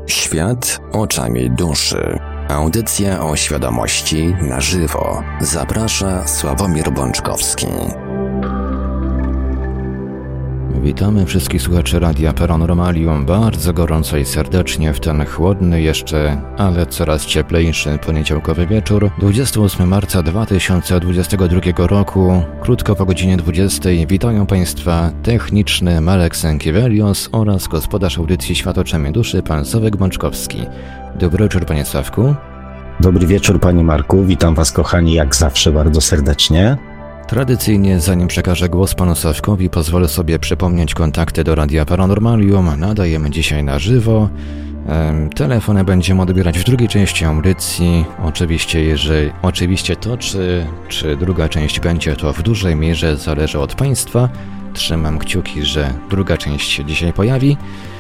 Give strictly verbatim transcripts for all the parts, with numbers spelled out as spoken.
Świat oczami duszy. Audycja o świadomości na żywo. Zaprasza Sławomir Bączkowski. Witamy wszystkich słuchaczy Radia Paranormalium bardzo gorąco i serdecznie w ten chłodny jeszcze, ale coraz cieplejszy poniedziałkowy wieczór dwudziestego ósmego marca dwa tysiące dwudziestego drugiego roku. Krótko po godzinie dwudziestej witają Państwa techniczny Marek Sękiewelios oraz gospodarz audycji Świat oczami duszy pan Sławek Bączkowski. Dobry wieczór, panie Sławku. Dobry wieczór, panie Marku. Witam was, kochani, jak zawsze bardzo serdecznie. Tradycyjnie, zanim przekażę głos panu Sławkowi, pozwolę sobie przypomnieć kontakty do Radia Paranormalium. Nadajemy dzisiaj na żywo. Telefony będziemy odbierać w drugiej części audycji. Oczywiście, jeżeli, oczywiście to, czy, czy druga część będzie, to w dużej mierze zależy od państwa. Trzymam kciuki, że druga część się dzisiaj pojawi.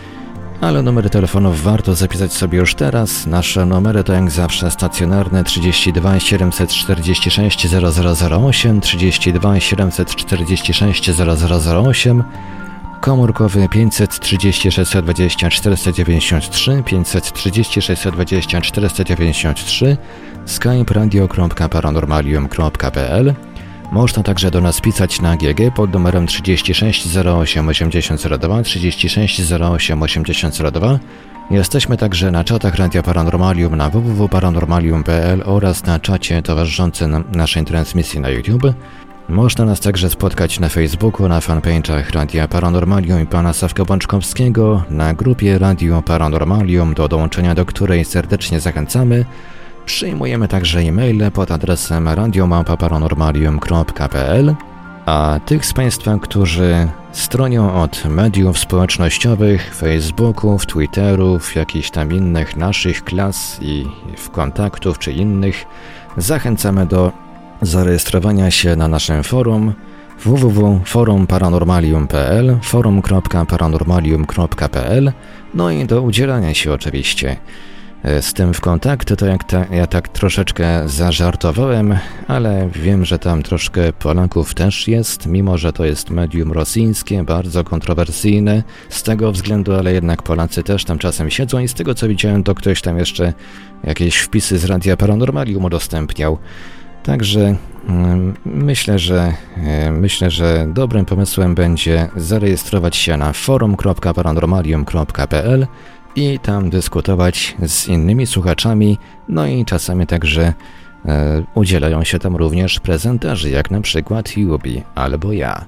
Ale numery telefonów warto zapisać sobie już teraz. Nasze numery to jak zawsze stacjonarne trzydzieści dwa siedemset czterdzieści sześć zero zero zero osiem, trzydzieści dwa siedemset czterdzieści sześć zero zero zero osiem, komórkowy pięćset trzydzieści sześć dwadzieścia czterysta dziewięćdziesiąt trzy, pięćset trzydzieści sześć dwadzieścia czterysta dziewięćdziesiąt trzy, skype radio kropka paranormalium kropka p l. Można także do nas pisać na G G pod numerem trzydzieści sześć zero osiem osiemdziesiąt zero dwa, trzydzieści sześć zero osiem osiemdziesiąt zero dwa. Jesteśmy także na czatach Radia Paranormalium na w w w kropka paranormalium kropka p l oraz na czacie towarzyszącym naszej transmisji na YouTube. Można nas także spotkać na Facebooku, na fanpage'ach Radia Paranormalium i pana Sławka Bączkowskiego, na grupie Radio Paranormalium, do dołączenia do której serdecznie zachęcamy. Przyjmujemy także e-maile pod adresem radio małpa paranormalium kropka p l, a tych z Państwa, którzy stronią od mediów społecznościowych, Facebooków, Twitterów, jakichś tam innych naszych klas i w kontaktów czy innych, zachęcamy do zarejestrowania się na naszym forum w w w kropka forum paranormalium kropka p l, forum kropka paranormalium kropka p l, no i do udzielania się oczywiście z tym w kontakty. To jak ta, ja tak troszeczkę zażartowałem, ale wiem, że tam troszkę Polaków też jest, mimo że to jest medium rosyjskie, bardzo kontrowersyjne z tego względu, ale jednak Polacy też tam czasem siedzą i z tego co widziałem, to ktoś tam jeszcze jakieś wpisy z Radia Paranormalium udostępniał. Także mm, myślę, że y, myślę, że dobrym pomysłem będzie zarejestrować się na forum kropka paranormalium kropka p l i tam dyskutować z innymi słuchaczami, no i czasami także e, udzielają się tam również prezentarzy, jak na przykład Jubi albo ja.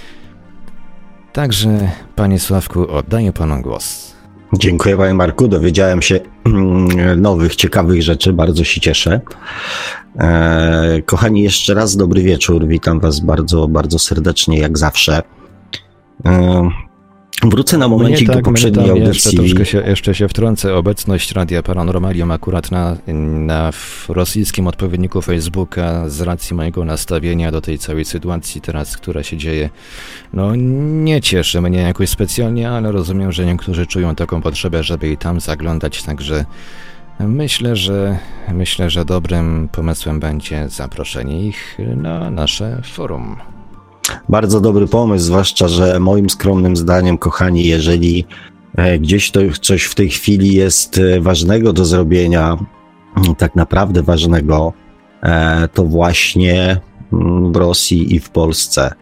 Także, panie Sławku, oddaję panu głos. Dziękuję, panie Marku. Dowiedziałem się nowych, ciekawych rzeczy. Bardzo się cieszę. E, kochani, jeszcze raz dobry wieczór. Witam was bardzo, bardzo serdecznie, jak zawsze. E, Wrócę na momencik tak, do poprzedniej audycji. Jeszcze troszkę się, jeszcze się wtrącę. Obecność Radia Paranormalium akurat na, na w rosyjskim odpowiedniku Facebooka z racji mojego nastawienia do tej całej sytuacji teraz, która się dzieje, no nie cieszy mnie jakoś specjalnie, ale rozumiem, że niektórzy czują taką potrzebę, żeby i tam zaglądać, także myślę, że myślę, że dobrym pomysłem będzie zaproszenie ich na nasze forum. Bardzo dobry pomysł, zwłaszcza, że moim skromnym zdaniem, kochani, jeżeli gdzieś to coś w tej chwili jest ważnego do zrobienia, tak naprawdę ważnego, to właśnie w Rosji i w Polsce,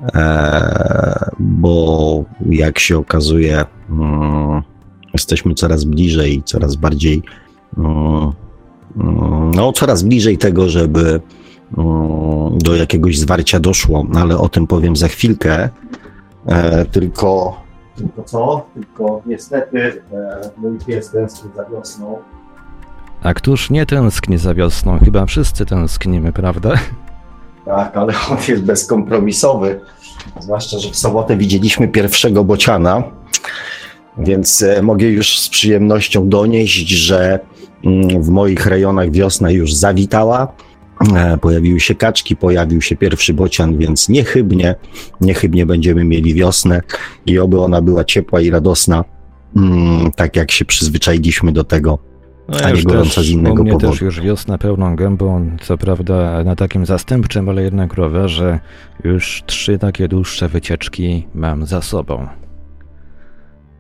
bo jak się okazuje, jesteśmy coraz bliżej, coraz bardziej, no coraz bliżej tego, żeby do jakiegoś zwarcia doszło, ale o tym powiem za chwilkę. E, tylko, tylko co? Tylko niestety e, mój pies tęskni za wiosną. A któż nie tęskni za wiosną? Chyba wszyscy tęsknimy, prawda? Tak, ale on jest bezkompromisowy. Zwłaszcza, że w sobotę widzieliśmy pierwszego bociana, więc e, mogę już z przyjemnością donieść, że mm, w moich rejonach wiosna już zawitała. Pojawiły się kaczki, pojawił się pierwszy bocian, więc niechybnie, niechybnie będziemy mieli wiosnę i oby ona była ciepła i radosna, mm, tak jak się przyzwyczailiśmy do tego, no a nie gorąca z innego powodu. U mnie też już wiosna pełną gębą, co prawda na takim zastępczym, ale jednak rowerze już trzy takie dłuższe wycieczki mam za sobą.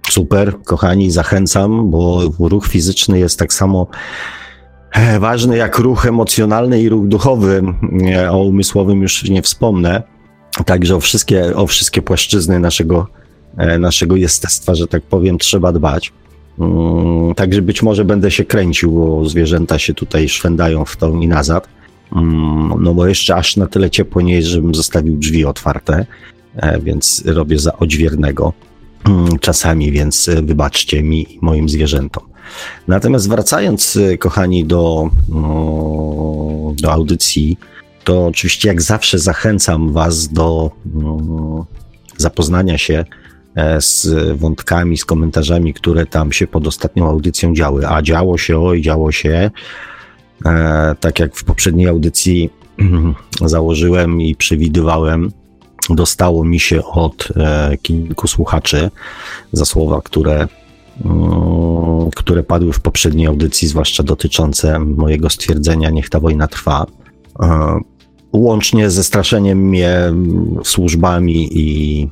Super, kochani, zachęcam, bo ruch fizyczny jest tak samo ważny jak ruch emocjonalny i ruch duchowy. O umysłowym już nie wspomnę. Także o wszystkie, o wszystkie płaszczyzny naszego, naszego jestestwa, że tak powiem, trzeba dbać. Także być może będę się kręcił, bo zwierzęta się tutaj szwędają w tą i nazad. No bo jeszcze aż na tyle ciepło nie jest, żebym zostawił drzwi otwarte, więc robię za odźwiernego czasami, więc wybaczcie mi i moim zwierzętom. Natomiast wracając, kochani, do, do audycji, to oczywiście jak zawsze zachęcam was do zapoznania się z wątkami, z komentarzami, które tam się pod ostatnią audycją działy. A działo się, oj, działo się. E, tak jak w poprzedniej audycji założyłem i przewidywałem, dostało mi się od e, kilku słuchaczy za słowa, które, mm, które padły w poprzedniej audycji, zwłaszcza dotyczące mojego stwierdzenia "niech ta wojna trwa". E, łącznie ze straszeniem mnie służbami i,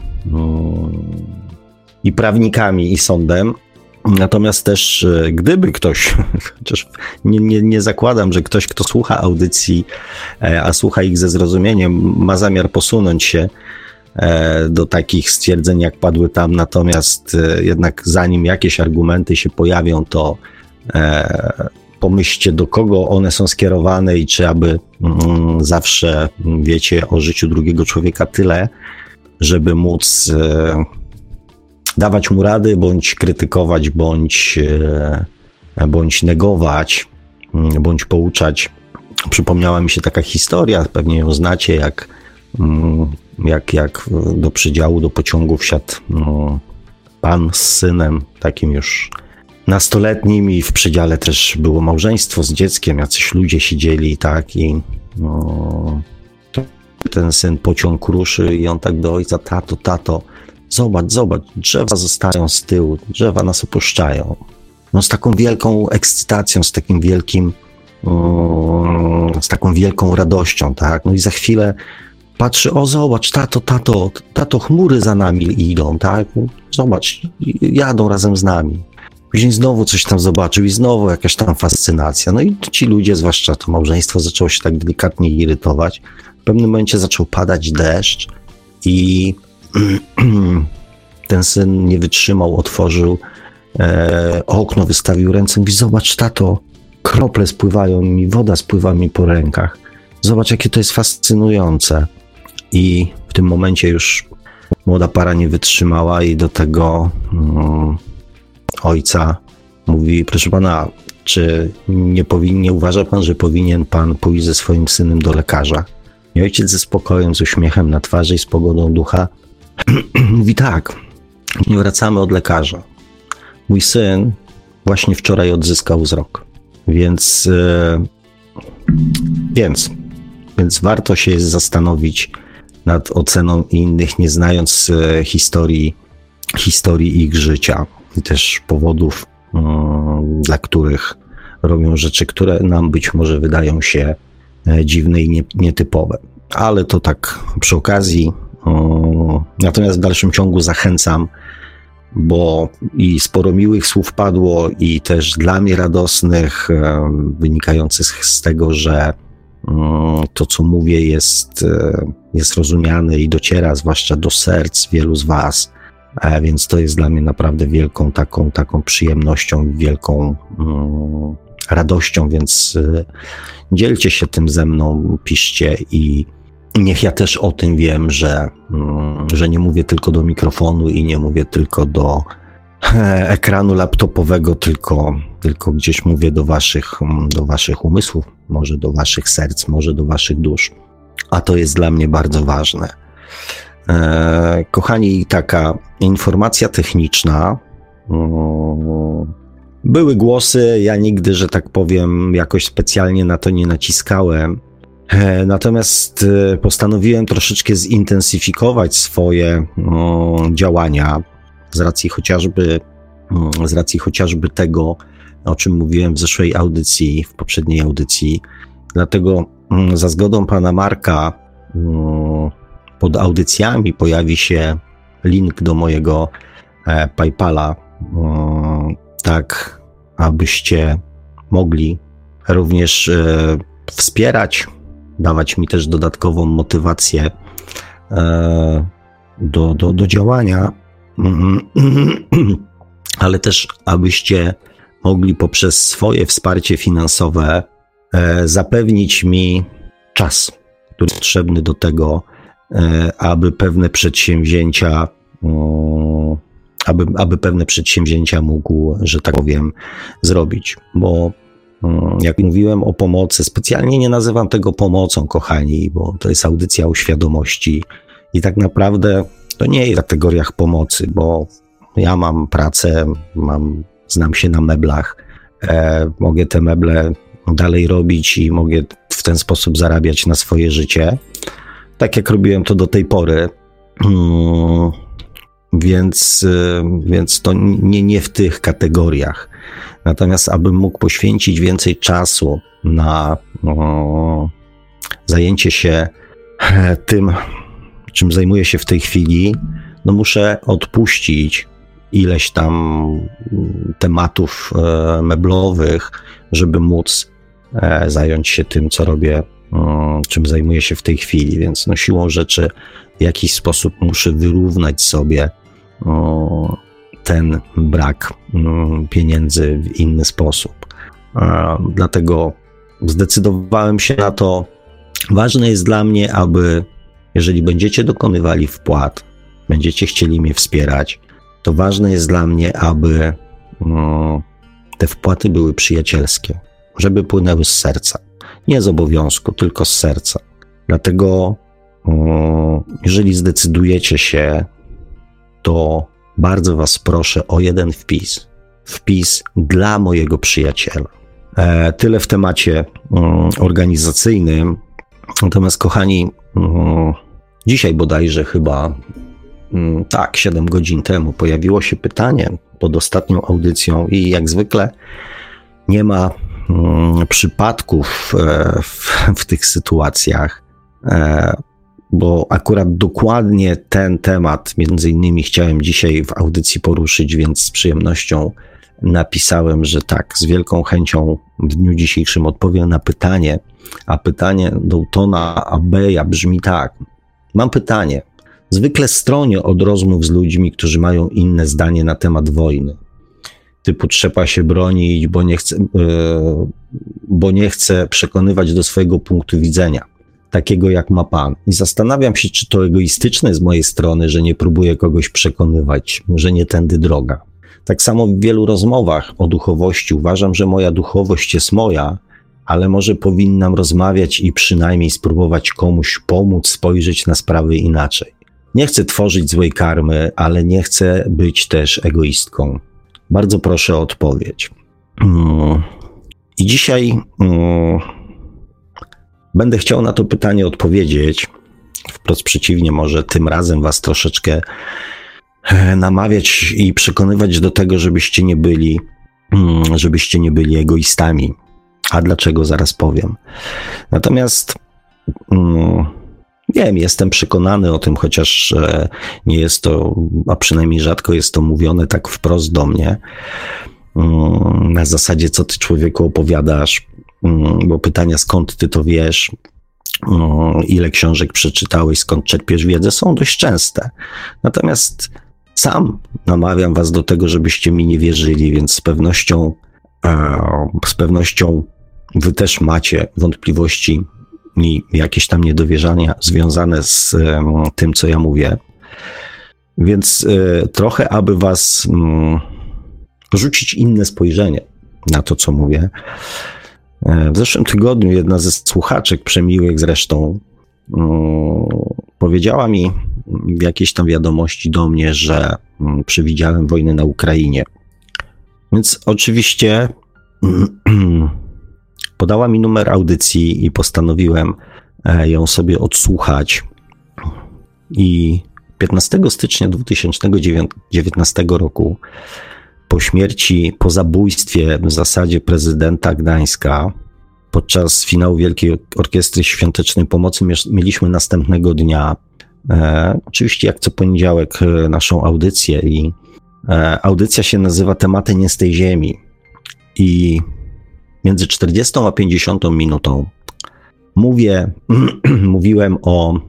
i prawnikami i sądem. Natomiast też gdyby ktoś, chociaż nie, nie, nie zakładam, że ktoś, kto słucha audycji, a słucha ich ze zrozumieniem, ma zamiar posunąć się do takich stwierdzeń, jak padły tam, natomiast jednak zanim jakieś argumenty się pojawią, to pomyślcie, do kogo one są skierowane i czy aby mm, zawsze wiecie o życiu drugiego człowieka tyle, żeby móc e, dawać mu rady, bądź krytykować, bądź, e, bądź negować, m, bądź pouczać. Przypomniała mi się taka historia, pewnie ją znacie, jak, m, jak, jak do przydziału, do pociągu wsiadł m, pan z synem, takim już nastoletnim, i w przedziale też było małżeństwo z dzieckiem, jacyś ludzie siedzieli, tak, i no, ten syn pociąg ruszy i on tak do ojca: tato, tato, zobacz, zobacz, drzewa zostają z tyłu, drzewa nas opuszczają. No z taką wielką ekscytacją, z takim wielkim, um, z taką wielką radością, tak, no i za chwilę patrzy: o zobacz, tato, tato, tato, chmury za nami idą, tak, zobacz, jadą razem z nami. Później znowu coś tam zobaczył i znowu jakaś tam fascynacja. No i ci ludzie, zwłaszcza to małżeństwo, zaczęło się tak delikatnie irytować. W pewnym momencie zaczął padać deszcz i ten syn nie wytrzymał, otworzył e, okno, wystawił ręce i mówi: zobacz, tato, krople spływają mi, woda spływa mi po rękach. Zobacz, jakie to jest fascynujące. I w tym momencie już młoda para nie wytrzymała i do tego mm, ojca mówi: proszę pana, czy nie, powin, nie uważa pan, że powinien pan pójść ze swoim synem do lekarza? I ojciec ze spokojem, z uśmiechem na twarzy i z pogodą ducha mówi: tak, nie wracamy od lekarza. Mój syn właśnie wczoraj odzyskał wzrok, więc, yy, więc, więc warto się jest zastanowić nad oceną innych, nie znając yy, historii, historii ich życia i też powodów, yy, dla których robią rzeczy, które nam być może wydają się yy, dziwne i nie, nietypowe. Ale to tak przy okazji. Yy, natomiast w dalszym ciągu zachęcam, bo i sporo miłych słów padło i też dla mnie radosnych, yy, wynikających z tego, że yy, to, co mówię, jest, yy, jest rozumiane i dociera zwłaszcza do serc wielu z was. A więc to jest dla mnie naprawdę wielką taką, taką przyjemnością, wielką mm, radością, więc y, dzielcie się tym ze mną, piszcie i niech ja też o tym wiem, że, mm, że nie mówię tylko do mikrofonu i nie mówię tylko do e, ekranu laptopowego, tylko, tylko gdzieś mówię do waszych, do waszych umysłów, może do waszych serc, może do waszych dusz, a to jest dla mnie bardzo ważne. E, kochani, taka informacja techniczna. Były głosy, ja nigdy, że tak powiem, jakoś specjalnie na to nie naciskałem. E, natomiast postanowiłem troszeczkę zintensyfikować swoje o, działania z racji chociażby, z racji chociażby tego, o czym mówiłem w zeszłej audycji, w poprzedniej audycji. Dlatego za zgodą pana Marka o, pod audycjami pojawi się link do mojego e, PayPala, tak abyście mogli również wspierać, dawać mi też dodatkową motywację do, do, do działania, ale też abyście mogli poprzez swoje wsparcie finansowe zapewnić mi czas, który jest potrzebny do tego, aby pewne przedsięwzięcia, aby, aby pewne przedsięwzięcia mógł, że tak powiem, zrobić. Bo jak mówiłem o pomocy, specjalnie nie nazywam tego pomocą, kochani, bo to jest audycja o świadomości i tak naprawdę to nie jest w kategoriach pomocy, bo ja mam pracę, mam, znam się na meblach, e, mogę te meble dalej robić i mogę w ten sposób zarabiać na swoje życie, tak jak robiłem to do tej pory, hmm, więc, więc to nie, nie w tych kategoriach. Natomiast abym mógł poświęcić więcej czasu na o, zajęcie się tym, czym zajmuję się w tej chwili, no muszę odpuścić ileś tam tematów e, meblowych, żeby móc e, zająć się tym, co robię, e, czym zajmuję się w tej chwili. Więc no, siłą rzeczy w jakiś sposób muszę wyrównać sobie e, ten brak e, pieniędzy w inny sposób. E, dlatego zdecydowałem się na to. Ważne jest dla mnie, aby jeżeli będziecie dokonywali wpłat, będziecie chcieli mnie wspierać, to ważne jest dla mnie, aby no, te wpłaty były przyjacielskie, żeby płynęły z serca. Nie z obowiązku, tylko z serca. Dlatego no, jeżeli zdecydujecie się, to bardzo was proszę o jeden wpis. Wpis dla mojego przyjaciela. E, tyle w temacie um, organizacyjnym. Natomiast kochani, um, dzisiaj bodajże chyba tak, siedem godzin temu pojawiło się pytanie pod ostatnią audycją i jak zwykle nie ma mm, przypadków e, w, w tych sytuacjach, e, bo akurat dokładnie ten temat między innymi chciałem dzisiaj w audycji poruszyć, więc z przyjemnością napisałem, że tak, z wielką chęcią w dniu dzisiejszym odpowiem na pytanie, a pytanie Daltona Abeya brzmi tak. Mam pytanie. Zwykle stronię od rozmów z ludźmi, którzy mają inne zdanie na temat wojny. Typu trzeba się bronić, bo nie chcę, yy, bo nie chcę przekonywać do swojego punktu widzenia, takiego jak ma pan. I zastanawiam się, czy to egoistyczne z mojej strony, że nie próbuję kogoś przekonywać, że nie tędy droga. Tak samo w wielu rozmowach o duchowości uważam, że moja duchowość jest moja, ale może powinnam rozmawiać i przynajmniej spróbować komuś pomóc spojrzeć na sprawy inaczej. Nie chcę tworzyć złej karmy, ale nie chcę być też egoistką. Bardzo proszę o odpowiedź. I dzisiaj będę chciał na to pytanie odpowiedzieć. Wprost przeciwnie, może tym razem was troszeczkę namawiać i przekonywać do tego, żebyście nie byli, żebyście nie byli egoistami. A dlaczego? Zaraz powiem. Natomiast wiem, jestem przekonany o tym, chociaż nie jest to, a przynajmniej rzadko jest to mówione tak wprost do mnie, na zasadzie, co ty człowieku opowiadasz, bo pytania, skąd ty to wiesz, ile książek przeczytałeś, skąd czerpiesz wiedzę, są dość częste. Natomiast sam namawiam was do tego, żebyście mi nie wierzyli, więc z pewnością, z pewnością wy też macie wątpliwości i jakieś tam niedowierzania związane z tym, co ja mówię. Więc trochę, aby was rzucić inne spojrzenie na to, co mówię. W zeszłym tygodniu jedna ze słuchaczek, przemiłych zresztą, powiedziała mi w jakiejś tam wiadomości do mnie, że przewidziałem wojnę na Ukrainie. Więc oczywiście podała mi numer audycji i postanowiłem ją sobie odsłuchać. I piętnastego stycznia dwa tysiące dziewiętnastego roku, po śmierci, po zabójstwie w zasadzie prezydenta Gdańska, podczas finału Wielkiej Orkiestry Świątecznej Pomocy mieliśmy następnego dnia, e, oczywiście jak co poniedziałek, naszą audycję i Audycja się nazywa Tematy nie z tej ziemi i między czterdziestą a pięćdziesiątą minutą mówię, mówiłem o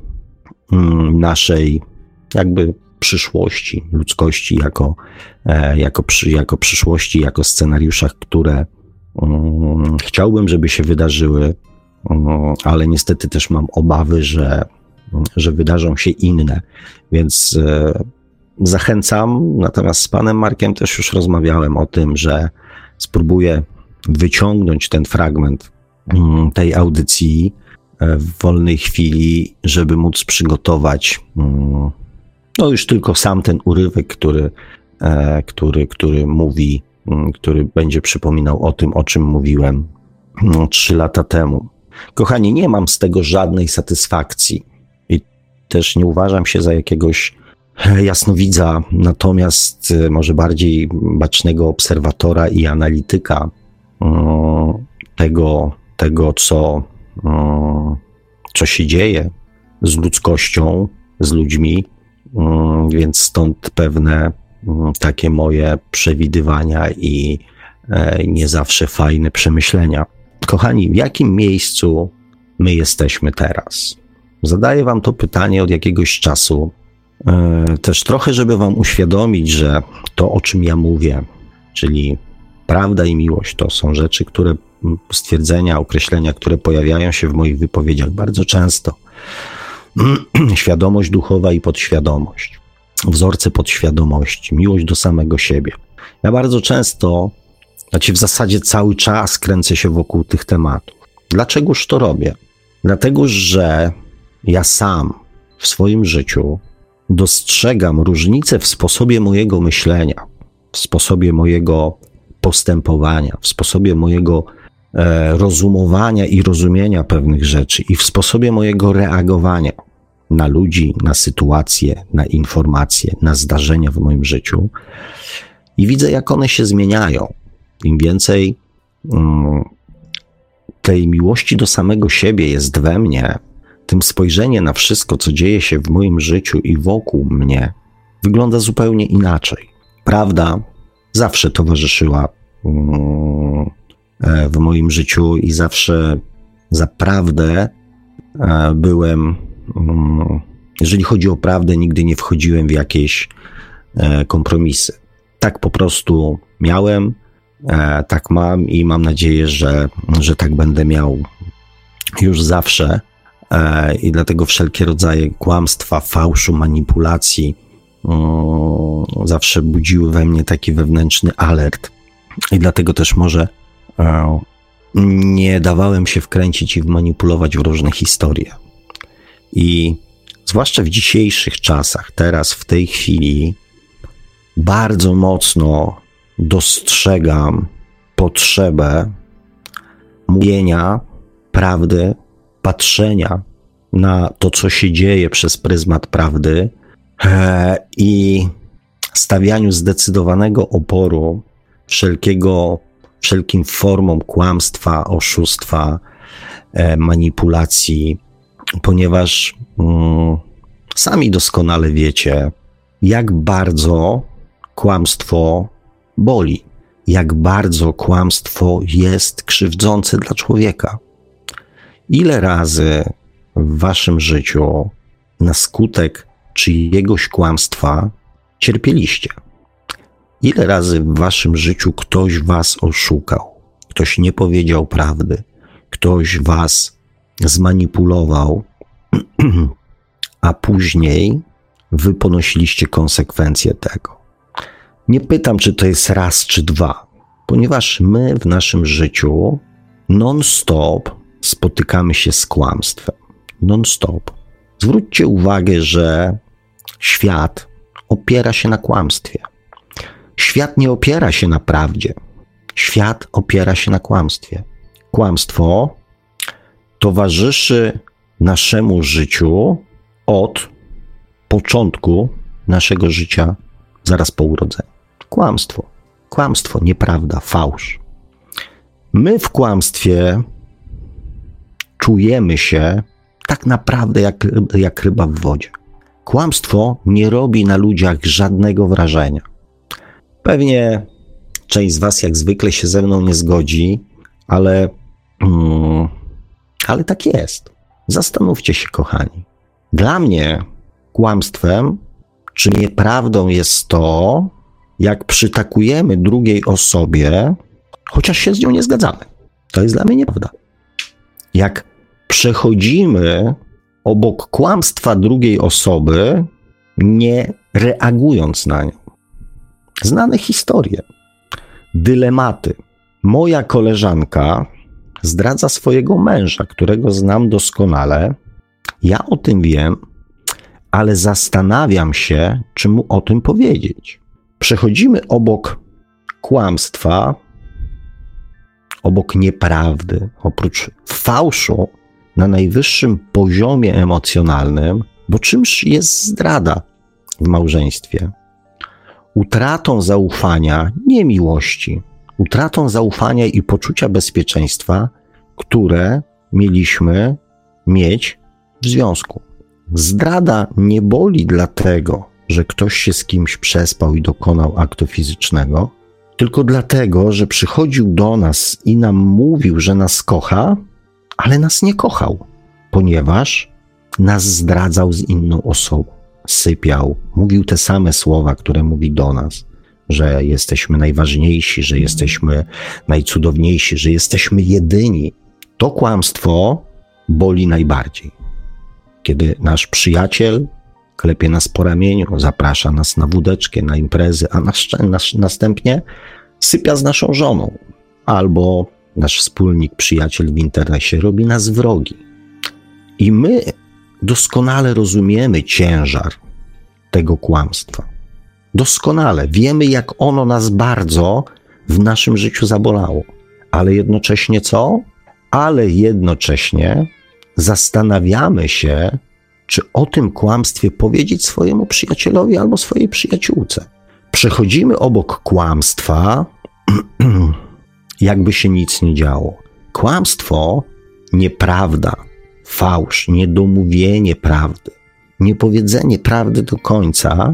naszej jakby przyszłości, ludzkości jako, jako, przy, jako przyszłości, jako scenariuszach, które um, chciałbym, żeby się wydarzyły, um, ale niestety też mam obawy, że, że wydarzą się inne, więc e, zachęcam, natomiast z panem Markiem też już rozmawiałem o tym, że spróbuję wyciągnąć ten fragment um, tej audycji w wolnej chwili, żeby móc przygotować um, no już tylko sam ten urywek, który, e, który, który mówi, m, który będzie przypominał o tym, o czym mówiłem no, trzy lata temu. Kochani, nie mam z tego żadnej satysfakcji i też nie uważam się za jakiegoś jasnowidza, natomiast e, może bardziej bacznego obserwatora i analityka e, tego, tego co, e, co się dzieje z ludzkością, z ludźmi. Więc stąd pewne takie moje przewidywania i nie zawsze fajne przemyślenia. Kochani, w jakim miejscu my jesteśmy teraz? Zadaję wam to pytanie od jakiegoś czasu. Też trochę, żeby wam uświadomić, że to, o czym ja mówię, czyli prawda i miłość, to są rzeczy, które, stwierdzenia, określenia, które pojawiają się w moich wypowiedziach bardzo często. Świadomość duchowa i podświadomość, wzorce podświadomości, miłość do samego siebie. Ja bardzo często, znaczy w zasadzie cały czas kręcę się wokół tych tematów. Dlaczegoż to robię? Dlatego, że ja sam w swoim życiu dostrzegam różnice w sposobie mojego myślenia, w sposobie mojego postępowania, w sposobie mojego e, rozumowania i rozumienia pewnych rzeczy i w sposobie mojego reagowania na ludzi, na sytuacje, na informacje, na zdarzenia w moim życiu i widzę, jak one się zmieniają. Im więcej mm, tej miłości do samego siebie jest we mnie, tym spojrzenie na wszystko, co dzieje się w moim życiu i wokół mnie, wygląda zupełnie inaczej. Prawda zawsze towarzyszyła mm, w moim życiu i zawsze za prawdę e, byłem, mm, jeżeli chodzi o prawdę, nigdy nie wchodziłem w jakieś e, kompromisy. Tak po prostu miałem, e, tak mam i mam nadzieję, że, że tak będę miał już zawsze e, i dlatego wszelkie rodzaje kłamstwa, fałszu, manipulacji mm, zawsze budziły we mnie taki wewnętrzny alert i dlatego też może nie dawałem się wkręcić i wmanipulować w różne historie. I zwłaszcza w dzisiejszych czasach, teraz, w tej chwili, bardzo mocno dostrzegam potrzebę mówienia prawdy, patrzenia na to, co się dzieje przez pryzmat prawdy i stawianiu zdecydowanego oporu wszelkiego wszelkim formom kłamstwa, oszustwa, e, manipulacji, ponieważ mm, sami doskonale wiecie, jak bardzo kłamstwo boli, jak bardzo kłamstwo jest krzywdzące dla człowieka. Ile razy w waszym życiu na skutek czyjegoś kłamstwa cierpieliście? Ile razy w waszym życiu ktoś was oszukał, ktoś nie powiedział prawdy, ktoś was zmanipulował, a później wy ponosiliście konsekwencje tego. Nie pytam, czy to jest raz czy dwa, ponieważ my w naszym życiu non-stop spotykamy się z kłamstwem. Non-stop. Zwróćcie uwagę, że świat opiera się na kłamstwie. Świat nie opiera się na prawdzie. Świat opiera się na kłamstwie. Kłamstwo towarzyszy naszemu życiu od początku naszego życia, zaraz po urodzeniu. Kłamstwo. Kłamstwo, nieprawda, fałsz. My w kłamstwie czujemy się tak naprawdę jak, jak ryba w wodzie. Kłamstwo nie robi na ludziach żadnego wrażenia. Pewnie część z was jak zwykle się ze mną nie zgodzi, ale, mm, ale tak jest. Zastanówcie się, kochani. Dla mnie kłamstwem czy nieprawdą jest to, jak przytakujemy drugiej osobie, chociaż się z nią nie zgadzamy. To jest dla mnie nieprawda. Jak przechodzimy obok kłamstwa drugiej osoby, nie reagując na nią. Znane historie, dylematy. Moja koleżanka zdradza swojego męża, którego znam doskonale. Ja o tym wiem, ale zastanawiam się, czy mu o tym powiedzieć. Przechodzimy obok kłamstwa, obok nieprawdy, oprócz fałszu na najwyższym poziomie emocjonalnym, bo czymż jest zdrada w małżeństwie? Utratą zaufania, nie miłości, utratą zaufania i poczucia bezpieczeństwa, które mieliśmy mieć w związku. Zdrada nie boli dlatego, że ktoś się z kimś przespał i dokonał aktu fizycznego, tylko dlatego, że przychodził do nas i nam mówił, że nas kocha, ale nas nie kochał, ponieważ nas zdradzał z inną osobą. Sypiał, mówił te same słowa, które mówi do nas, że jesteśmy najważniejsi, że jesteśmy najcudowniejsi, że jesteśmy jedyni. To kłamstwo boli najbardziej. Kiedy nasz przyjaciel klepie nas po ramieniu, zaprasza nas na wódeczkę, na imprezy, a nasz, nasz, następnie sypia z naszą żoną. Albo nasz wspólnik, przyjaciel w internecie robi nas wrogi. I my doskonale rozumiemy ciężar tego kłamstwa. Doskonale wiemy, jak ono nas bardzo w naszym życiu zabolało. Ale jednocześnie co? Ale jednocześnie zastanawiamy się, czy o tym kłamstwie powiedzieć swojemu przyjacielowi albo swojej przyjaciółce. Przechodzimy obok kłamstwa, jakby się nic nie działo. Kłamstwo, nieprawda, fałsz, niedomówienie prawdy, niepowiedzenie prawdy do końca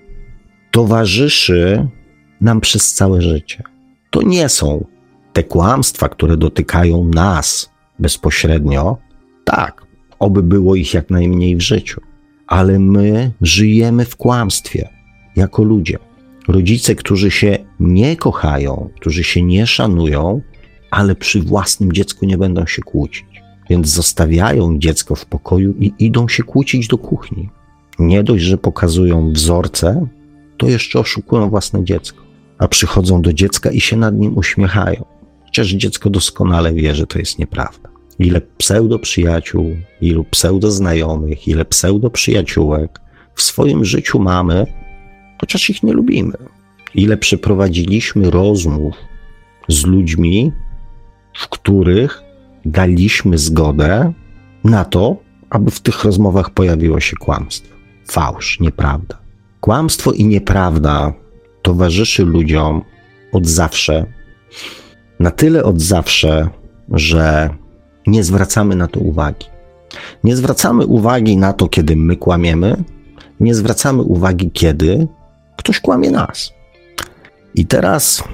towarzyszy nam przez całe życie. To nie są te kłamstwa, które dotykają nas bezpośrednio. Tak, oby było ich jak najmniej w życiu, ale my żyjemy w kłamstwie jako ludzie. Rodzice, którzy się nie kochają, którzy się nie szanują, ale przy własnym dziecku nie będą się kłócić. Więc zostawiają dziecko w pokoju i idą się kłócić do kuchni. Nie dość, że pokazują wzorce, to jeszcze oszukują własne dziecko. A przychodzą do dziecka i się nad nim uśmiechają. Chociaż dziecko doskonale wie, że to jest nieprawda. Ile pseudo-przyjaciół, ilu pseudo-znajomych, ile pseudo-przyjaciółek w swoim życiu mamy, chociaż ich nie lubimy. Ile przeprowadziliśmy rozmów z ludźmi, w których daliśmy zgodę na to, aby w tych rozmowach pojawiło się kłamstwo, fałsz, nieprawda. Kłamstwo i nieprawda towarzyszy ludziom od zawsze, na tyle od zawsze, że nie zwracamy na to uwagi. Nie zwracamy uwagi na to, kiedy my kłamiemy, nie zwracamy uwagi, kiedy ktoś kłamie nas. I teraz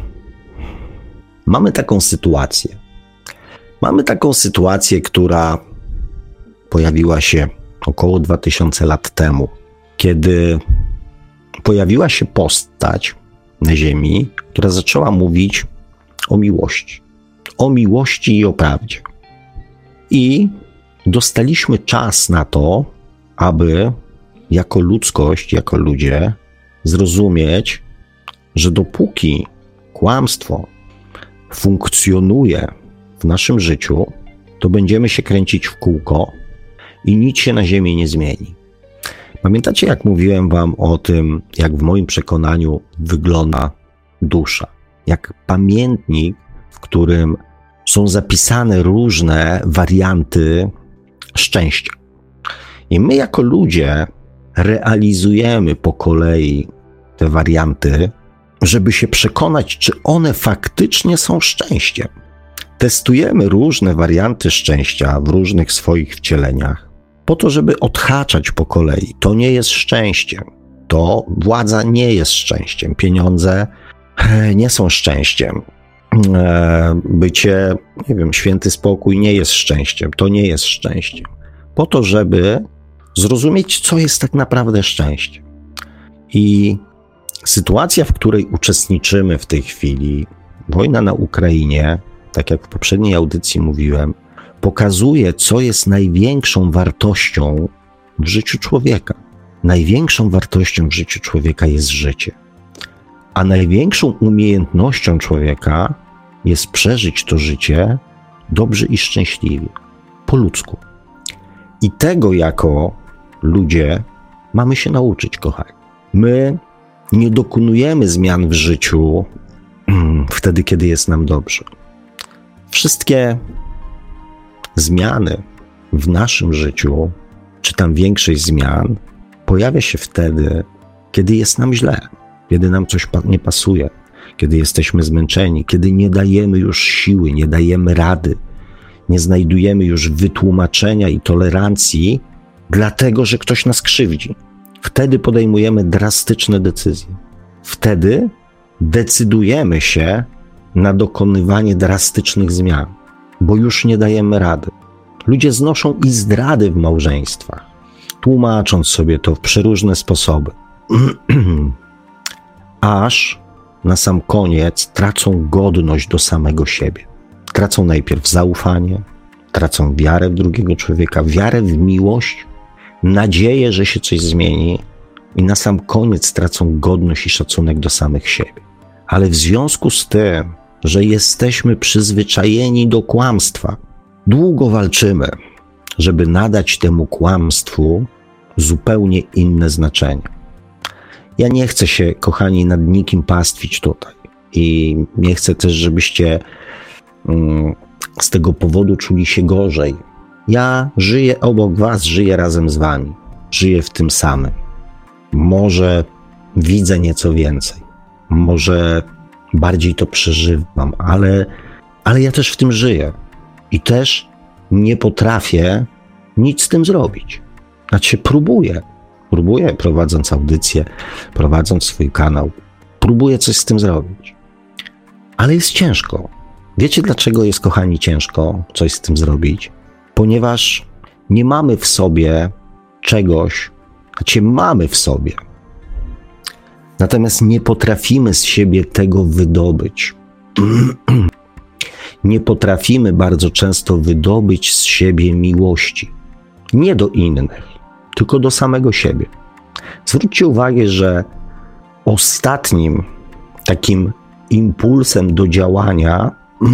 mamy taką sytuację. Mamy taką sytuację, która pojawiła się około dwa tysiące lat temu, kiedy pojawiła się postać na Ziemi, która zaczęła mówić o miłości. O miłości i o prawdzie. I dostaliśmy czas na to, aby jako ludzkość, jako ludzie zrozumieć, że dopóki kłamstwo funkcjonuje w naszym życiu, to będziemy się kręcić w kółko i nic się na ziemi nie zmieni. Pamiętacie, jak mówiłem wam o tym, jak w moim przekonaniu wygląda dusza? Jak pamiętnik, w którym są zapisane różne warianty szczęścia. I my jako ludzie realizujemy po kolei te warianty, żeby się przekonać, czy one faktycznie są szczęściem. Testujemy różne warianty szczęścia w różnych swoich wcieleniach, po to, żeby odhaczać po kolei. To nie jest szczęściem. To władza nie jest szczęściem. Pieniądze nie są szczęściem. Bycie, nie wiem, święty spokój nie jest szczęściem. To nie jest szczęściem. Po to, żeby zrozumieć, co jest tak naprawdę szczęście. I sytuacja, w której uczestniczymy w tej chwili, wojna na Ukrainie, tak jak w poprzedniej audycji mówiłem, pokazuje, co jest największą wartością w życiu człowieka. Największą wartością w życiu człowieka jest życie. A największą umiejętnością człowieka jest przeżyć to życie dobrze i szczęśliwie, po ludzku. I tego jako ludzie mamy się nauczyć, kochani. My nie dokonujemy zmian w życiu wtedy, kiedy jest nam dobrze. Wszystkie zmiany w naszym życiu, czy tam większość zmian, pojawia się wtedy, kiedy jest nam źle, kiedy nam coś nie pasuje, kiedy jesteśmy zmęczeni, kiedy nie dajemy już siły, nie dajemy rady, nie znajdujemy już wytłumaczenia i tolerancji, dlatego że ktoś nas krzywdzi. Wtedy podejmujemy drastyczne decyzje. Wtedy decydujemy się na dokonywanie drastycznych zmian, bo już nie dajemy rady. Ludzie znoszą i zdrady w małżeństwach, tłumacząc sobie to w przeróżne sposoby. Aż na sam koniec tracą godność do samego siebie. Tracą najpierw zaufanie, tracą wiarę w drugiego człowieka, wiarę w miłość, nadzieję, że się coś zmieni i na sam koniec tracą godność i szacunek do samych siebie. Ale w związku z tym, że jesteśmy przyzwyczajeni do kłamstwa, długo walczymy, żeby nadać temu kłamstwu zupełnie inne znaczenie. Ja nie chcę się, kochani, nad nikim pastwić tutaj i nie chcę też, żebyście um, z tego powodu czuli się gorzej. Ja żyję obok was, żyję razem z wami, żyję w tym samym. Może widzę nieco więcej, może bardziej to przeżywam, ale, ale ja też w tym żyję i też nie potrafię nic z tym zrobić. Znaczy próbuję, próbuję prowadząc audycję, prowadząc swój kanał, próbuję coś z tym zrobić, ale jest ciężko. Wiecie, dlaczego jest, kochani, ciężko coś z tym zrobić? Ponieważ nie mamy w sobie czegoś, znaczy mamy w sobie, natomiast nie potrafimy z siebie tego wydobyć. Nie potrafimy bardzo często wydobyć z siebie miłości. Nie do innych, tylko do samego siebie. Zwróćcie uwagę, że ostatnim takim impulsem do działania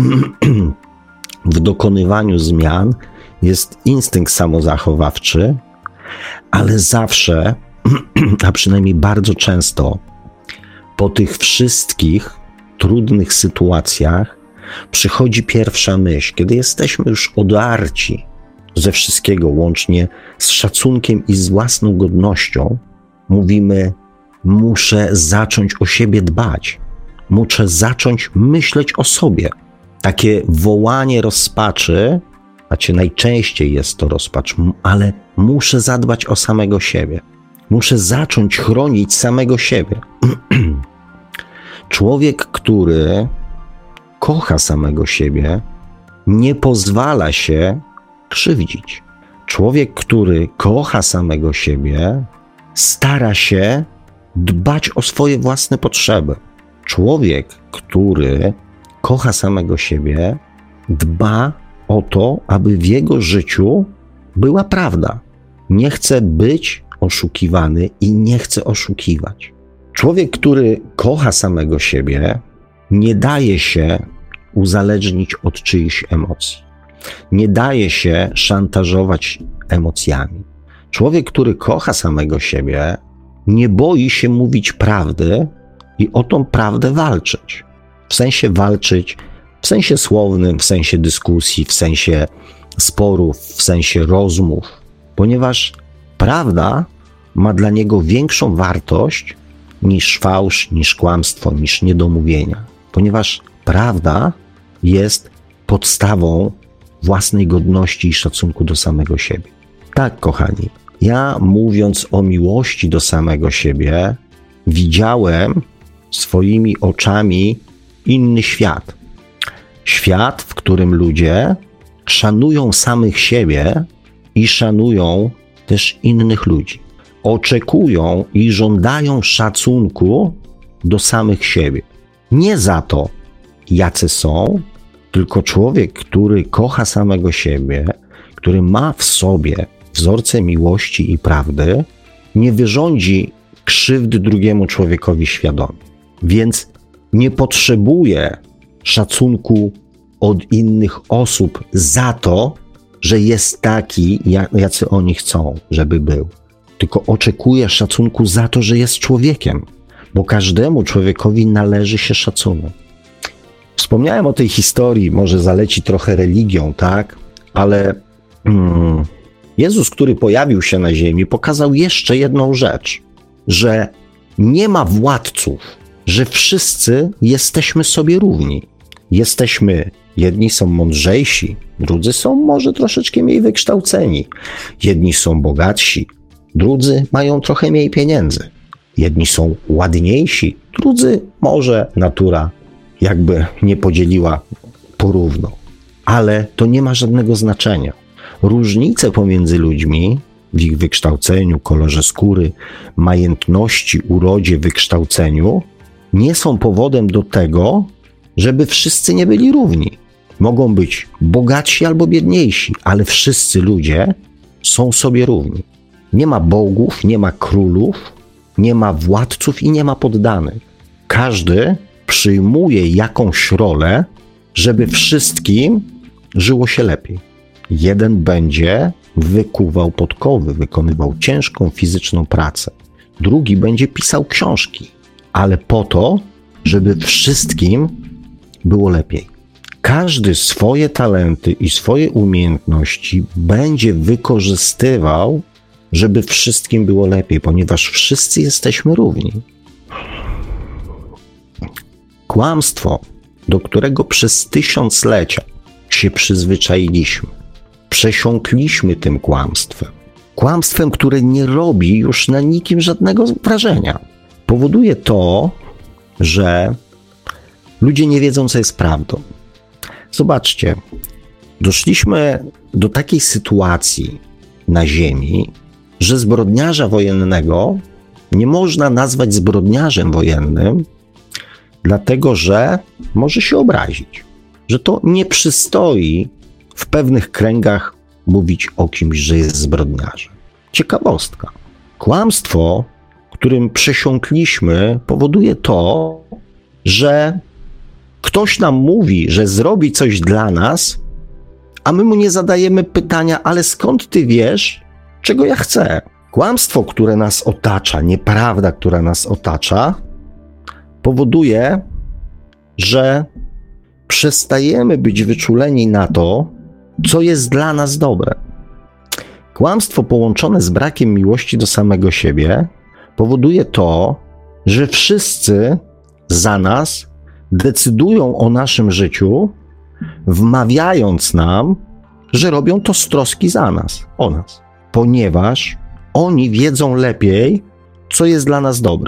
w dokonywaniu zmian jest instynkt samozachowawczy, ale zawsze, a przynajmniej bardzo często, po tych wszystkich trudnych sytuacjach przychodzi pierwsza myśl, kiedy jesteśmy już odarci ze wszystkiego, łącznie z szacunkiem i z własną godnością, mówimy: muszę zacząć o siebie dbać, muszę zacząć myśleć o sobie. Takie wołanie rozpaczy, znaczy najczęściej jest to rozpacz, ale muszę zadbać o samego siebie. Muszę zacząć chronić samego siebie. Człowiek, który kocha samego siebie, nie pozwala się krzywdzić. Człowiek, który kocha samego siebie, stara się dbać o swoje własne potrzeby. Człowiek, który kocha samego siebie, dba o to, aby w jego życiu była prawda. Nie chce być oszukiwany i nie chce oszukiwać. Człowiek, który kocha samego siebie, nie daje się uzależnić od czyichś emocji. Nie daje się szantażować emocjami. Człowiek, który kocha samego siebie, nie boi się mówić prawdy i o tą prawdę walczyć. W sensie walczyć, w sensie słownym, w sensie dyskusji, w sensie sporów, w sensie rozmów, ponieważ prawda ma dla niego większą wartość niż fałsz, niż kłamstwo, niż niedomówienia, ponieważ prawda jest podstawą własnej godności i szacunku do samego siebie. Tak, kochani, ja mówiąc o miłości do samego siebie, widziałem swoimi oczami inny świat. Świat, w którym ludzie szanują samych siebie i szanują też innych ludzi. Oczekują i żądają szacunku do samych siebie. Nie za to, jacy są, tylko człowiek, który kocha samego siebie, który ma w sobie wzorce miłości i prawdy, nie wyrządzi krzywdy drugiemu człowiekowi świadomie. Więc nie potrzebuje szacunku od innych osób za to, że jest taki, jacy oni chcą, żeby był. Tylko oczekuje szacunku za to, że jest człowiekiem, bo każdemu człowiekowi należy się szacunek. Wspomniałem o tej historii, może zaleci trochę religią, tak? Ale mm, Jezus, który pojawił się na ziemi, pokazał jeszcze jedną rzecz, że nie ma władców, że wszyscy jesteśmy sobie równi. Jesteśmy, jedni są mądrzejsi, drudzy są może troszeczkę mniej wykształceni. Jedni są bogatsi, drudzy mają trochę mniej pieniędzy. Jedni są ładniejsi, drudzy może natura jakby nie podzieliła porówno. Ale to nie ma żadnego znaczenia. Różnice pomiędzy ludźmi w ich wykształceniu, kolorze skóry, majętności, urodzie, wykształceniu nie są powodem do tego, żeby wszyscy nie byli równi. Mogą być bogatsi albo biedniejsi, ale wszyscy ludzie są sobie równi. Nie ma bogów, nie ma królów, nie ma władców i nie ma poddanych. Każdy przyjmuje jakąś rolę, żeby wszystkim żyło się lepiej. Jeden będzie wykuwał podkowy, wykonywał ciężką fizyczną pracę. Drugi będzie pisał książki, ale po to, żeby wszystkim było lepiej. Każdy swoje talenty i swoje umiejętności będzie wykorzystywał, żeby wszystkim było lepiej, ponieważ wszyscy jesteśmy równi. Kłamstwo, do którego przez tysiąclecia się przyzwyczailiśmy, przesiąkliśmy tym kłamstwem. Kłamstwem, które nie robi już na nikim żadnego wrażenia. Powoduje to, że ludzie nie wiedzą, co jest prawdą. Zobaczcie, doszliśmy do takiej sytuacji na Ziemi, że zbrodniarza wojennego nie można nazwać zbrodniarzem wojennym, dlatego że może się obrazić, że to nie przystoi w pewnych kręgach mówić o kimś, że jest zbrodniarzem. Ciekawostka. Kłamstwo, którym przesiąkliśmy, powoduje to, że ktoś nam mówi, że zrobi coś dla nas, a my mu nie zadajemy pytania, ale skąd ty wiesz, czego ja chcę? Kłamstwo, które nas otacza, nieprawda, która nas otacza, powoduje, że przestajemy być wyczuleni na to, co jest dla nas dobre. Kłamstwo połączone z brakiem miłości do samego siebie powoduje to, że wszyscy za nas decydują o naszym życiu, wmawiając nam, że robią to z troski za nas, o nas, ponieważ oni wiedzą lepiej, co jest dla nas dobre.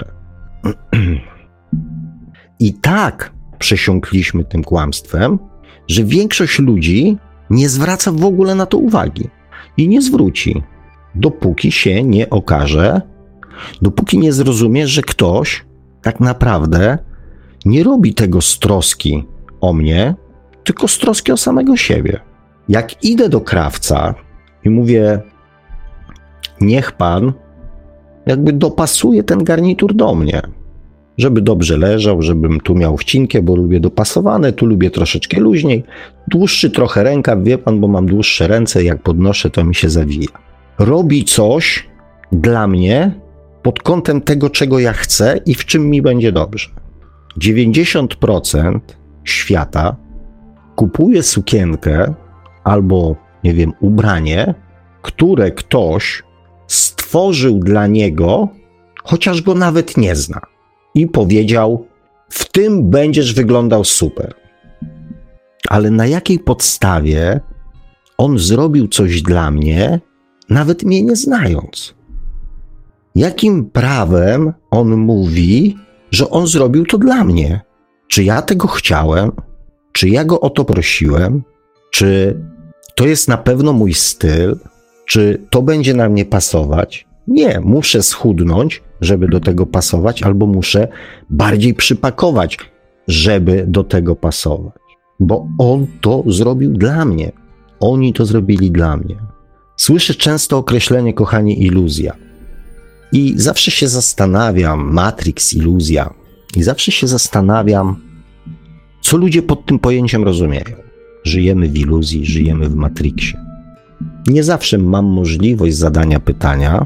I tak przesiąkliśmy tym kłamstwem, że większość ludzi nie zwraca w ogóle na to uwagi i nie zwróci, dopóki się nie okaże, dopóki nie zrozumie, że ktoś tak naprawdę nie robi tego z troski o mnie, tylko z troski o samego siebie. Jak idę do krawca i mówię, niech pan jakby dopasuje ten garnitur do mnie, żeby dobrze leżał, żebym tu miał wcinkę, bo lubię dopasowane, tu lubię troszeczkę luźniej, dłuższy trochę rękaw, wie pan, bo mam dłuższe ręce, jak podnoszę, to mi się zawija. Robi coś dla mnie pod kątem tego, czego ja chcę i w czym mi będzie dobrze. dziewięćdziesiąt procent świata kupuje sukienkę albo, nie wiem, ubranie, które ktoś stworzył dla niego, chociaż go nawet nie zna. I powiedział, w tym będziesz wyglądał super. Ale na jakiej podstawie on zrobił coś dla mnie, nawet mnie nie znając? Jakim prawem on mówi, że on zrobił to dla mnie. Czy ja tego chciałem? Czy ja go o to prosiłem? Czy to jest na pewno mój styl? Czy to będzie na mnie pasować? Nie, muszę schudnąć, żeby do tego pasować, albo muszę bardziej przypakować, żeby do tego pasować. Bo on to zrobił dla mnie. Oni to zrobili dla mnie. Słyszę często określenie, kochani, iluzja. I zawsze się zastanawiam, Matrix, iluzja. I zawsze się zastanawiam, co ludzie pod tym pojęciem rozumieją. Żyjemy w iluzji, żyjemy w Matrixie. Nie zawsze mam możliwość zadania pytania,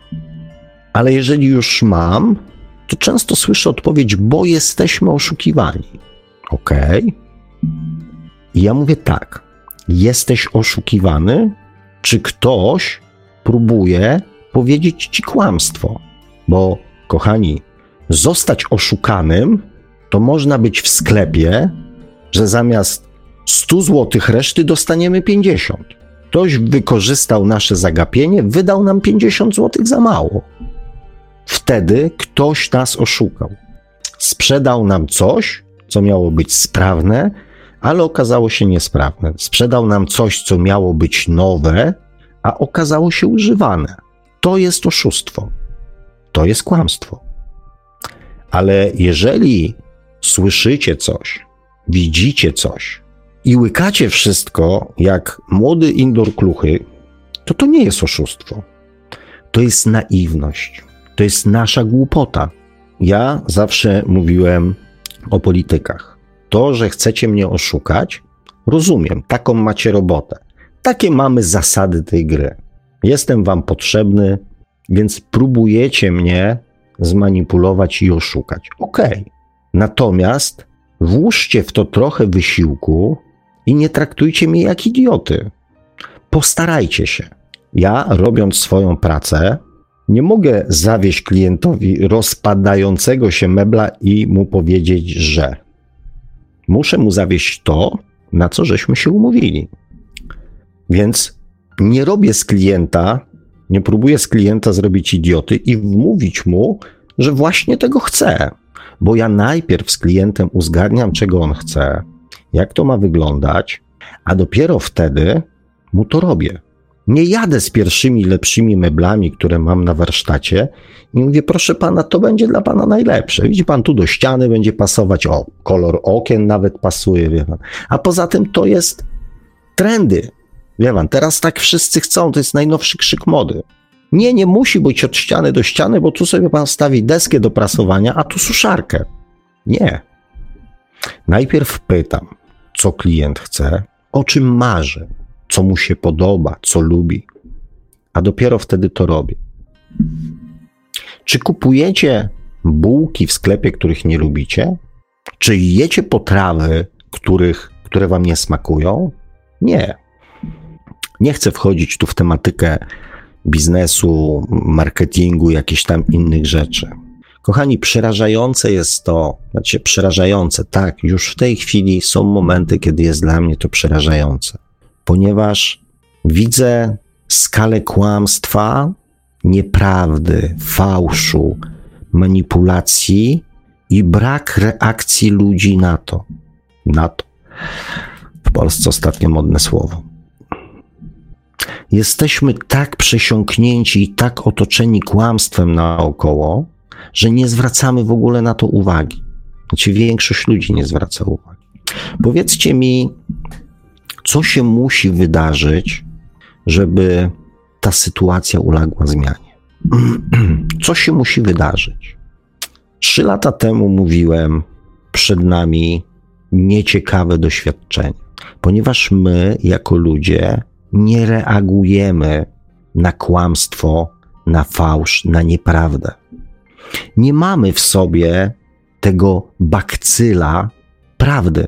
ale jeżeli już mam, to często słyszę odpowiedź, bo jesteśmy oszukiwani. Okej. Okay. I ja mówię tak, jesteś oszukiwany, czy ktoś próbuje powiedzieć ci kłamstwo? Bo, kochani, zostać oszukanym to można być w sklepie, że zamiast stu złotych reszty dostaniemy pięćdziesiąt. Ktoś wykorzystał nasze zagapienie, wydał nam pięćdziesiąt złotych za mało. Wtedy ktoś nas oszukał. Sprzedał nam coś, co miało być sprawne, ale okazało się niesprawne. Sprzedał nam coś, co miało być nowe, a okazało się używane. To jest oszustwo. To jest kłamstwo. Ale jeżeli słyszycie coś, widzicie coś i łykacie wszystko jak młody indoor kluchy, to to nie jest oszustwo. To jest naiwność. To jest nasza głupota. Ja zawsze mówiłem o politykach. To, że chcecie mnie oszukać, rozumiem, taką macie robotę. Takie mamy zasady tej gry. Jestem wam potrzebny, więc próbujecie mnie zmanipulować i oszukać. Okej. Okay. Natomiast włóżcie w to trochę wysiłku i nie traktujcie mnie jak idioty. Postarajcie się. Ja, robiąc swoją pracę, nie mogę zawieść klientowi rozpadającego się mebla i mu powiedzieć, że muszę mu zawieść to, na co żeśmy się umówili. Więc nie robię z klienta, nie próbuję z klienta zrobić idioty i wmówić mu, że właśnie tego chcę. Bo ja najpierw z klientem uzgadniam, czego on chce, jak to ma wyglądać, a dopiero wtedy mu to robię. Nie jadę z pierwszymi, lepszymi meblami, które mam na warsztacie i mówię, proszę pana, to będzie dla pana najlepsze. Widzi pan, tu do ściany będzie pasować, o, kolor okien nawet pasuje, wie pan. A poza tym to jest trendy. Wie pan, teraz tak wszyscy chcą, to jest najnowszy krzyk mody. Nie, nie musi być od ściany do ściany, bo tu sobie pan stawi deskę do prasowania, a tu suszarkę. Nie. Najpierw pytam, co klient chce, o czym marzy, co mu się podoba, co lubi, a dopiero wtedy to robię. Czy kupujecie bułki w sklepie, których nie lubicie? Czy jecie potrawy, których, które wam nie smakują? Nie. Nie chcę wchodzić tu w tematykę biznesu, marketingu, jakichś tam innych rzeczy. Kochani, przerażające jest to, znaczy przerażające, tak, już w tej chwili są momenty, kiedy jest dla mnie to przerażające, ponieważ widzę skalę kłamstwa, nieprawdy, fałszu, manipulacji i brak reakcji ludzi na to. Na to. W Polsce ostatnio modne słowo. Jesteśmy tak przesiąknięci i tak otoczeni kłamstwem naokoło, że nie zwracamy w ogóle na to uwagi. Znaczy większość ludzi nie zwraca uwagi. Powiedzcie mi, co się musi wydarzyć, żeby ta sytuacja uległa zmianie? Co się musi wydarzyć? Trzy lata temu mówiłem, przed nami nieciekawe doświadczenie, ponieważ my jako ludzie nie reagujemy na kłamstwo, na fałsz, na nieprawdę. Nie mamy w sobie tego bakcyla prawdy.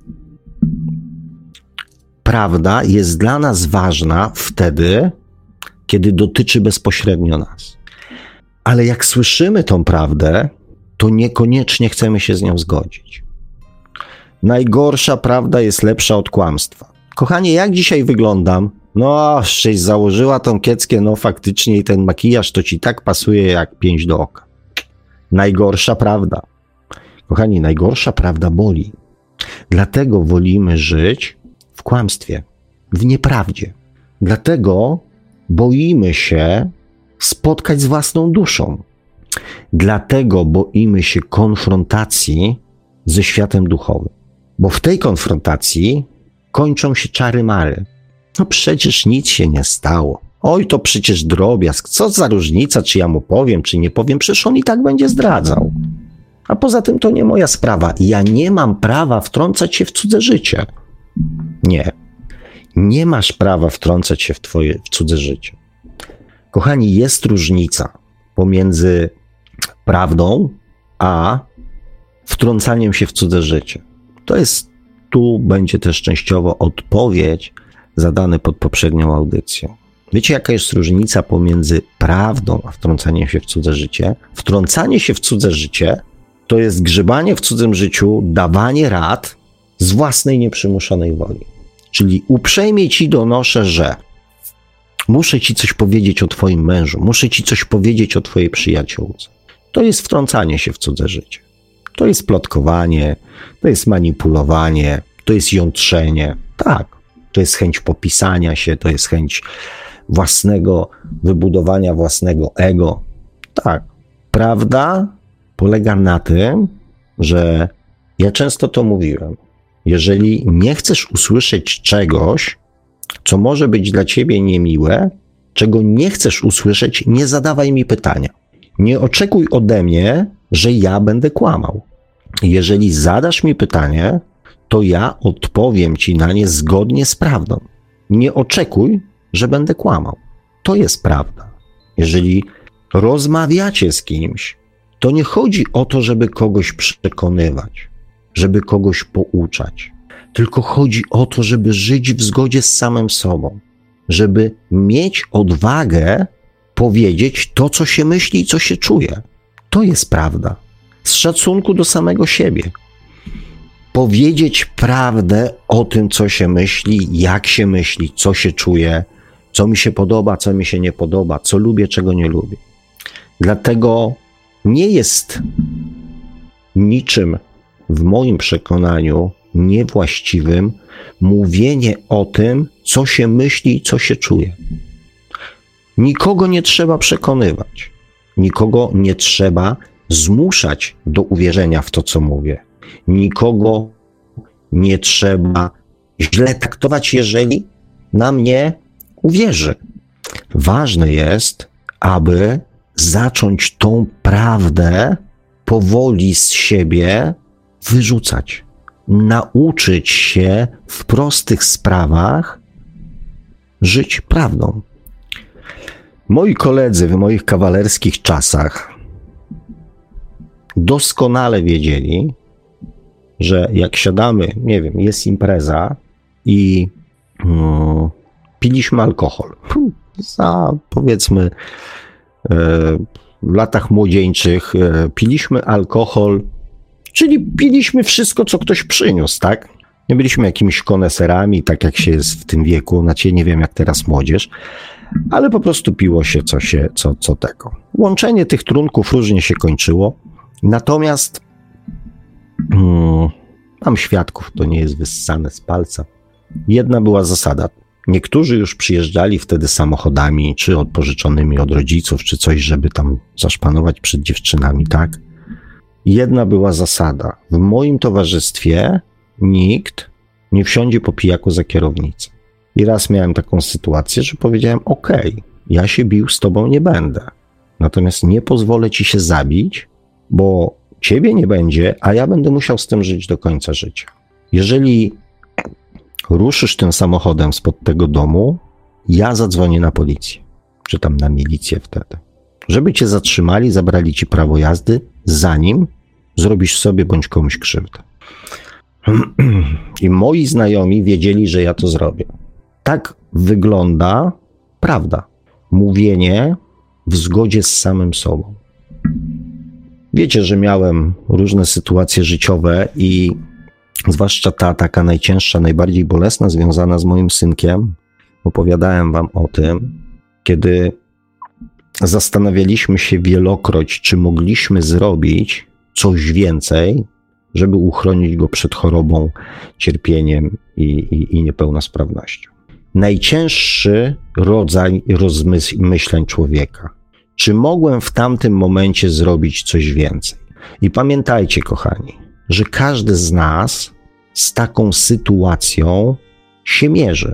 Prawda jest dla nas ważna wtedy, kiedy dotyczy bezpośrednio nas. Ale jak słyszymy tą prawdę, to niekoniecznie chcemy się z nią zgodzić. Najgorsza prawda jest lepsza od kłamstwa. Kochanie, jak dzisiaj wyglądam? No, żeś założyła tą kieckę, no faktycznie i ten makijaż to ci tak pasuje jak pięść do oka. Najgorsza prawda. Kochani, najgorsza prawda boli. Dlatego wolimy żyć w kłamstwie, w nieprawdzie. Dlatego boimy się spotkać z własną duszą. Dlatego boimy się konfrontacji ze światem duchowym. Bo w tej konfrontacji kończą się czary-mary. No przecież nic się nie stało. Oj, to przecież drobiazg. Co za różnica, czy ja mu powiem, czy nie powiem. Przecież on i tak będzie zdradzał. A poza tym to nie moja sprawa. Ja nie mam prawa wtrącać się w cudze życie. Nie. Nie masz prawa wtrącać się w twoje w cudze życie. Kochani, jest różnica pomiędzy prawdą a wtrącaniem się w cudze życie. To jest, tu będzie też częściowo odpowiedź zadana pod poprzednią audycją. Wiecie, jaka jest różnica pomiędzy prawdą a wtrącaniem się w cudze życie? Wtrącanie się w cudze życie to jest grzebanie w cudzym życiu, dawanie rad z własnej nieprzymuszonej woli. Czyli uprzejmie ci donoszę, że muszę ci coś powiedzieć o twoim mężu, muszę ci coś powiedzieć o twojej przyjaciółce. To jest wtrącanie się w cudze życie. To jest plotkowanie, to jest manipulowanie, to jest jątrzenie. Tak, to jest chęć popisania się, to jest chęć własnego wybudowania własnego ego. Tak, prawda polega na tym, że ja często to mówiłem. Jeżeli nie chcesz usłyszeć czegoś, co może być dla ciebie niemiłe, czego nie chcesz usłyszeć, nie zadawaj mi pytania. Nie oczekuj ode mnie, że ja będę kłamał. Jeżeli zadasz mi pytanie, to ja odpowiem ci na nie zgodnie z prawdą. Nie oczekuj, że będę kłamał. To jest prawda. Jeżeli rozmawiacie z kimś, to nie chodzi o to, żeby kogoś przekonywać, żeby kogoś pouczać, tylko chodzi o to, żeby żyć w zgodzie z samym sobą, żeby mieć odwagę powiedzieć to, co się myśli i co się czuje. To jest prawda. Z szacunku do samego siebie. Powiedzieć prawdę o tym, co się myśli, jak się myśli, co się czuje, co mi się podoba, co mi się nie podoba, co lubię, czego nie lubię. Dlatego nie jest niczym w moim przekonaniu niewłaściwym mówienie o tym, co się myśli i co się czuje. Nikogo nie trzeba przekonywać. Nikogo nie trzeba zmuszać do uwierzenia w to, co mówię. Nikogo nie trzeba źle traktować, jeżeli na mnie uwierzy. Ważne jest, aby zacząć tą prawdę powoli z siebie wyrzucać. Nauczyć się w prostych sprawach żyć prawdą. Moi koledzy w moich kawalerskich czasach doskonale wiedzieli, że jak siadamy, nie wiem, jest impreza i mm, piliśmy alkohol. Za, powiedzmy, w latach młodzieńczych piliśmy alkohol, czyli piliśmy wszystko, co ktoś przyniósł, tak? Nie byliśmy jakimiś koneserami, tak jak się jest w tym wieku, znaczy nie wiem jak teraz młodzież, ale po prostu piło się co się, co, co tego. Łączenie tych trunków różnie się kończyło, natomiast hmm, mam świadków, to nie jest wyssane z palca. Jedna była zasada. Niektórzy już przyjeżdżali wtedy samochodami, czy odpożyczonymi od rodziców, czy coś, żeby tam zaszpanować przed dziewczynami, tak? Jedna była zasada. W moim towarzystwie nikt nie wsiądzie po pijaku za kierownicę. I raz miałem taką sytuację, że powiedziałem, okej, okay, ja się bił z tobą nie będę. Natomiast nie pozwolę ci się zabić, bo ciebie nie będzie, a ja będę musiał z tym żyć do końca życia. Jeżeli ruszysz tym samochodem spod tego domu, ja zadzwonię na policję, czy tam na milicję wtedy, żeby cię zatrzymali, zabrali ci prawo jazdy, zanim zrobisz sobie bądź komuś krzywdę. I moi znajomi wiedzieli, że ja to zrobię. Tak wygląda prawda. Mówienie w zgodzie z samym sobą. Wiecie, że miałem różne sytuacje życiowe i zwłaszcza ta taka najcięższa, najbardziej bolesna, związana z moim synkiem. Opowiadałem wam o tym, kiedy zastanawialiśmy się wielokroć, czy mogliśmy zrobić coś więcej żeby uchronić go przed chorobą, cierpieniem i, i, i niepełnosprawnością. Najcięższy rodzaj rozmyśleń człowieka. Czy mogłem w tamtym momencie zrobić coś więcej? I pamiętajcie, kochani, że każdy z nas z taką sytuacją się mierzy.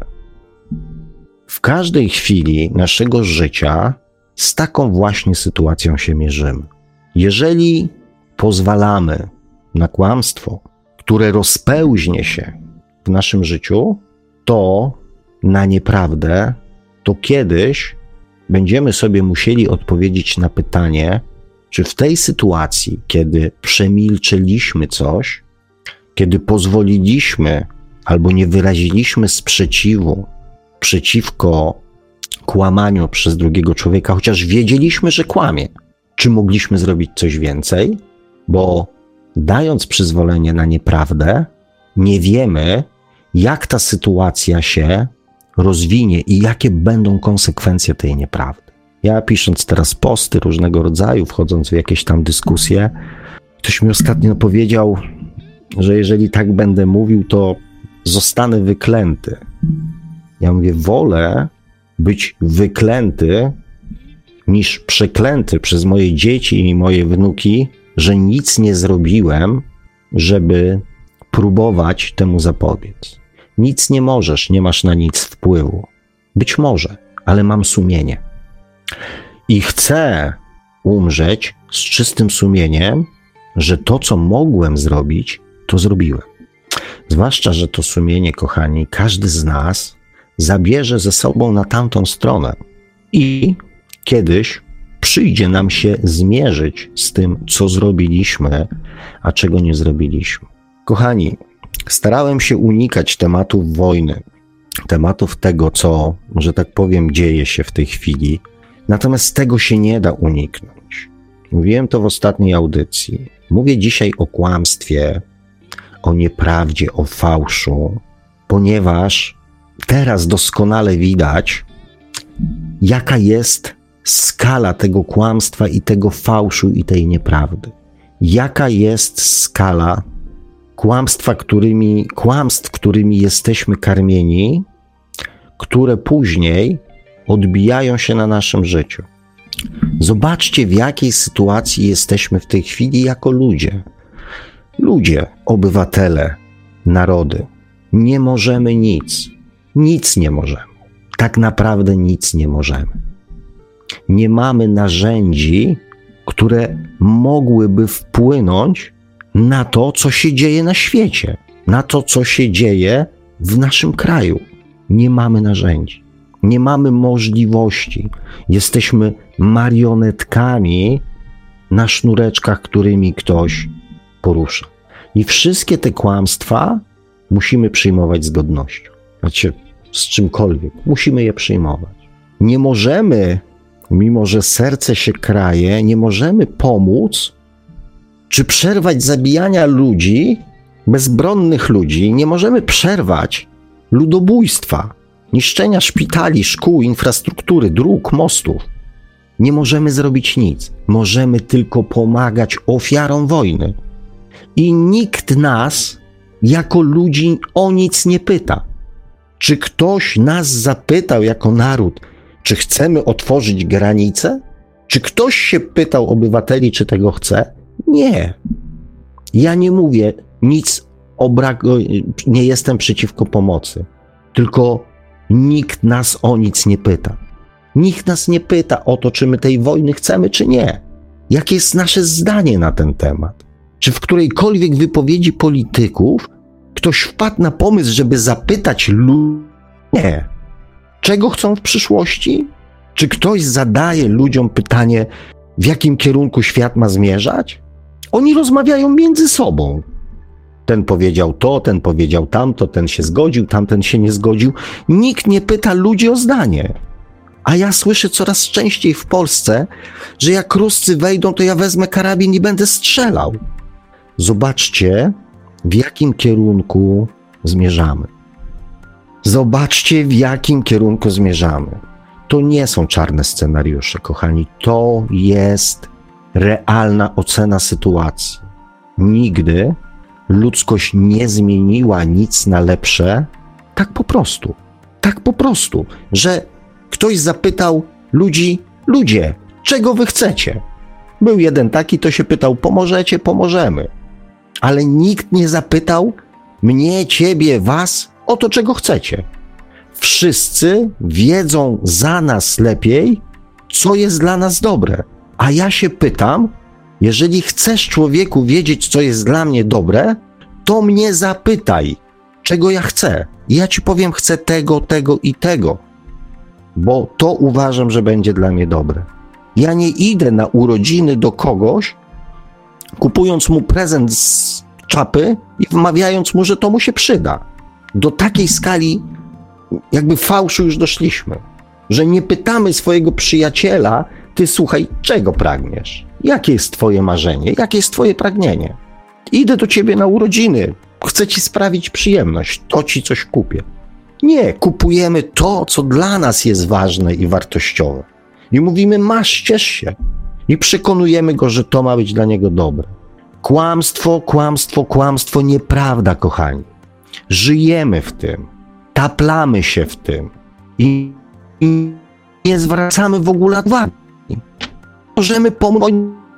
W każdej chwili naszego życia z taką właśnie sytuacją się mierzymy. Jeżeli pozwalamy na kłamstwo, które rozpełźnie się w naszym życiu, to na nieprawdę, to kiedyś będziemy sobie musieli odpowiedzieć na pytanie, czy w tej sytuacji, kiedy przemilczeliśmy coś, kiedy pozwoliliśmy albo nie wyraziliśmy sprzeciwu przeciwko kłamaniu przez drugiego człowieka, chociaż wiedzieliśmy, że kłamie, czy mogliśmy zrobić coś więcej? Bo dając przyzwolenie na nieprawdę, nie wiemy, jak ta sytuacja się rozwinie i jakie będą konsekwencje tej nieprawdy. Ja pisząc teraz posty różnego rodzaju, wchodząc w jakieś tam dyskusje, ktoś mi ostatnio powiedział, że jeżeli tak będę mówił, to zostanę wyklęty. Ja mówię, wolę być wyklęty niż przeklęty przez moje dzieci i moje wnuki, że nic nie zrobiłem, żeby próbować temu zapobiec. Nic nie możesz, nie masz na nic wpływu. Być może, ale mam sumienie. I chcę umrzeć z czystym sumieniem, że to, co mogłem zrobić, to zrobiłem. Zwłaszcza, że to sumienie, kochani, każdy z nas zabierze ze sobą na tamtą stronę. I kiedyś przyjdzie nam się zmierzyć z tym, co zrobiliśmy, a czego nie zrobiliśmy. Kochani, starałem się unikać tematów wojny, tematów tego, co, że tak powiem, dzieje się w tej chwili. Natomiast tego się nie da uniknąć. Mówiłem to w ostatniej audycji. Mówię dzisiaj o kłamstwie, o nieprawdzie, o fałszu, ponieważ teraz doskonale widać, jaka jest skala tego kłamstwa i tego fałszu i tej nieprawdy. Jaka jest skala kłamstwa, którymi, kłamstw, którymi jesteśmy karmieni, które później odbijają się na naszym życiu. Zobaczcie, w jakiej sytuacji jesteśmy w tej chwili jako ludzie. Ludzie, obywatele, narody. Nie możemy nic. Nic nie możemy. Tak naprawdę nic nie możemy. Nie mamy narzędzi, które mogłyby wpłynąć na to, co się dzieje na świecie, na to, co się dzieje w naszym kraju. Nie mamy narzędzi. Nie mamy możliwości. Jesteśmy marionetkami na sznureczkach, którymi ktoś porusza. I wszystkie te kłamstwa musimy przyjmować z godnością. Znaczy, z czymkolwiek. Musimy je przyjmować. Nie możemy, mimo że serce się kraje, nie możemy pomóc czy przerwać zabijania ludzi, bezbronnych ludzi. Nie możemy przerwać ludobójstwa, niszczenia szpitali, szkół, infrastruktury, dróg, mostów. Nie możemy zrobić nic. Możemy tylko pomagać ofiarom wojny. I nikt nas, jako ludzi, o nic nie pyta. Czy ktoś nas zapytał jako naród, czy chcemy otworzyć granice? Czy ktoś się pytał obywateli, czy tego chce? Nie. Ja nie mówię nic o braku, nie jestem przeciwko pomocy. Tylko nikt nas o nic nie pyta. Nikt nas nie pyta o to, czy my tej wojny chcemy, czy nie. Jakie jest nasze zdanie na ten temat? Czy w którejkolwiek wypowiedzi polityków ktoś wpadł na pomysł, żeby zapytać ludzi? Nie. Czego chcą w przyszłości? Czy ktoś zadaje ludziom pytanie, w jakim kierunku świat ma zmierzać? Oni rozmawiają między sobą. Ten powiedział to, ten powiedział tamto, ten się zgodził, tamten się nie zgodził. Nikt nie pyta ludzi o zdanie. A ja słyszę coraz częściej w Polsce, że jak Ruscy wejdą, to ja wezmę karabin i będę strzelał. Zobaczcie, w jakim kierunku zmierzamy. Zobaczcie, w jakim kierunku zmierzamy. To nie są czarne scenariusze, kochani. To jest realna ocena sytuacji. Nigdy ludzkość nie zmieniła nic na lepsze, tak po prostu, tak po prostu, że ktoś zapytał ludzi, ludzie, czego wy chcecie? Był jeden taki, to się pytał, pomożecie, pomożemy. Ale nikt nie zapytał mnie, ciebie, was o to, czego chcecie. Wszyscy wiedzą za nas lepiej, co jest dla nas dobre. A ja się pytam, jeżeli chcesz, człowieku, wiedzieć, co jest dla mnie dobre, to mnie zapytaj, czego ja chcę. I ja ci powiem, chcę tego, tego i tego, bo to uważam, że będzie dla mnie dobre. Ja nie idę na urodziny do kogoś, kupując mu prezent z czapy i wmawiając mu, że to mu się przyda. Do takiej skali jakby fałszu już doszliśmy, że nie pytamy swojego przyjaciela, ty słuchaj, czego pragniesz? Jakie jest twoje marzenie? Jakie jest twoje pragnienie? Idę do ciebie na urodziny, chcę ci sprawić przyjemność, to ci coś kupię. Nie, kupujemy to, co dla nas jest ważne i wartościowe. I mówimy, masz, ciesz się. I przekonujemy go, że to ma być dla niego dobre. Kłamstwo, kłamstwo, kłamstwo, nieprawda, kochani. Żyjemy w tym, taplamy się w tym i, i nie zwracamy w ogóle uwagi. Możemy pomóc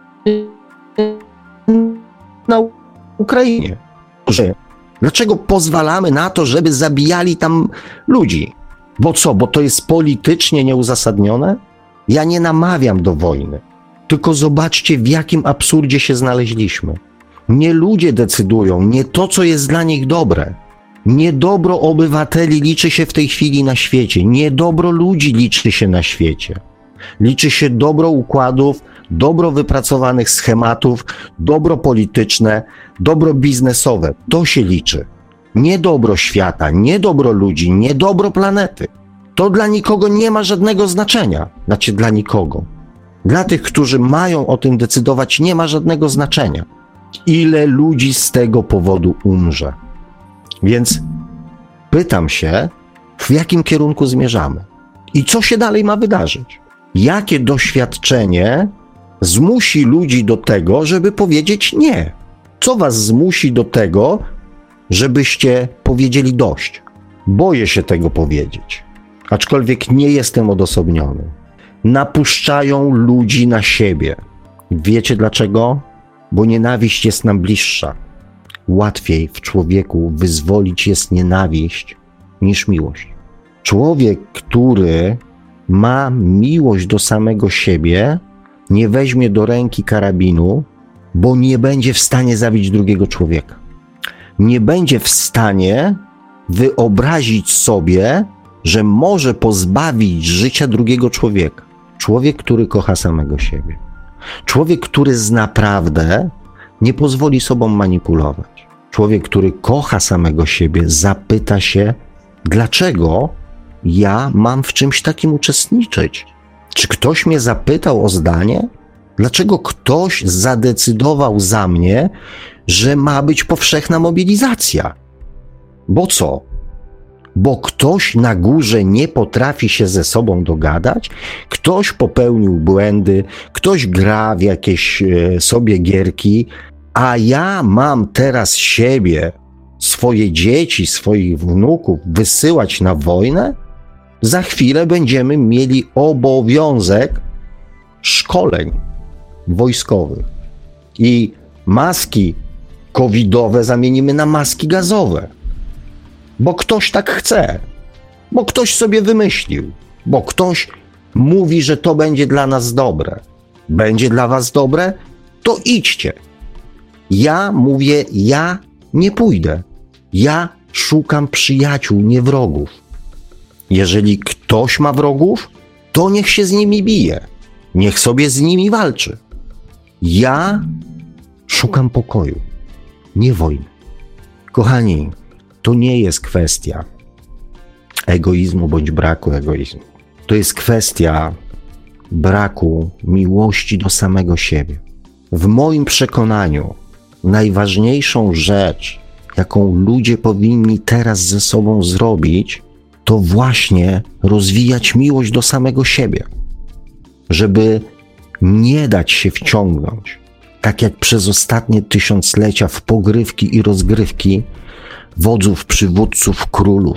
na Ukrainie. Dlaczego pozwalamy na to, żeby zabijali tam ludzi? Bo co, bo to jest politycznie nieuzasadnione? Ja nie namawiam do wojny, tylko zobaczcie, w jakim absurdzie się znaleźliśmy. Nie ludzie decydują, nie to, co jest dla nich dobre. Nie dobro obywateli liczy się w tej chwili na świecie, nie dobro ludzi liczy się na świecie. Liczy się dobro układów, dobro wypracowanych schematów, dobro polityczne, dobro biznesowe. To się liczy. Nie dobro świata, nie dobro ludzi, nie dobro planety. To dla nikogo nie ma żadnego znaczenia. Znaczy dla nikogo. Dla tych, którzy mają o tym decydować, nie ma żadnego znaczenia. Ile ludzi z tego powodu umrze. Więc pytam się, w jakim kierunku zmierzamy i co się dalej ma wydarzyć. Jakie doświadczenie zmusi ludzi do tego, żeby powiedzieć nie? Co was zmusi do tego, żebyście powiedzieli dość? Boję się tego powiedzieć, aczkolwiek nie jestem odosobniony. Napuszczają ludzi na siebie. Wiecie dlaczego? Bo nienawiść jest nam bliższa. Łatwiej w człowieku wyzwolić jest nienawiść niż miłość. Człowiek, który ma miłość do samego siebie, nie weźmie do ręki karabinu, bo nie będzie w stanie zabić drugiego człowieka. Nie będzie w stanie wyobrazić sobie, że może pozbawić życia drugiego człowieka. Człowiek, który kocha samego siebie. Człowiek, który zna prawdę, nie pozwoli sobą manipulować. Człowiek, który kocha samego siebie, zapyta się, dlaczego ja mam w czymś takim uczestniczyć? Czy ktoś mnie zapytał o zdanie? Dlaczego ktoś zadecydował za mnie, że ma być powszechna mobilizacja? Bo co? Bo ktoś na górze nie potrafi się ze sobą dogadać? Ktoś popełnił błędy, ktoś gra w jakieś e, sobie gierki, a ja mam teraz siebie, swoje dzieci, swoich wnuków wysyłać na wojnę? Za chwilę będziemy mieli obowiązek szkoleń wojskowych i maski covidowe zamienimy na maski gazowe, bo ktoś tak chce, bo ktoś sobie wymyślił, bo ktoś mówi, że to będzie dla nas dobre. Będzie dla was dobre? To idźcie. Ja mówię, ja nie pójdę. Ja szukam przyjaciół, nie wrogów. Jeżeli ktoś ma wrogów, to niech się z nimi bije. Niech sobie z nimi walczy. Ja szukam pokoju, nie wojny. Kochani, to nie jest kwestia egoizmu bądź braku egoizmu. To jest kwestia braku miłości do samego siebie. W moim przekonaniu najważniejszą rzecz, jaką ludzie powinni teraz ze sobą zrobić, to właśnie rozwijać miłość do samego siebie, żeby nie dać się wciągnąć tak jak przez ostatnie tysiąclecia w pogrywki i rozgrywki wodzów, przywódców, królów.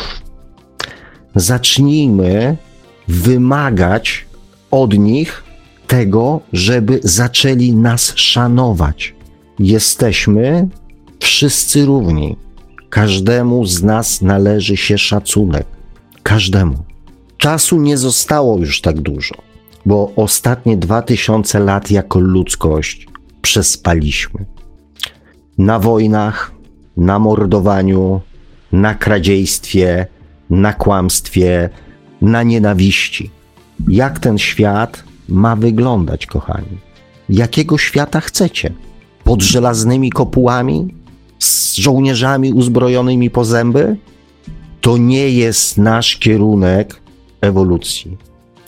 Zacznijmy wymagać od nich tego, żeby zaczęli nas szanować. Jesteśmy wszyscy równi. Każdemu z nas należy się szacunek. Każdemu. Czasu nie zostało już tak dużo, bo ostatnie dwa tysiące lat jako ludzkość przespaliśmy. Na wojnach, na mordowaniu, na kradziejstwie, na kłamstwie, na nienawiści. Jak ten świat ma wyglądać, kochani? Jakiego świata chcecie? Pod żelaznymi kopułami? Z żołnierzami uzbrojonymi po zęby? To nie jest nasz kierunek ewolucji.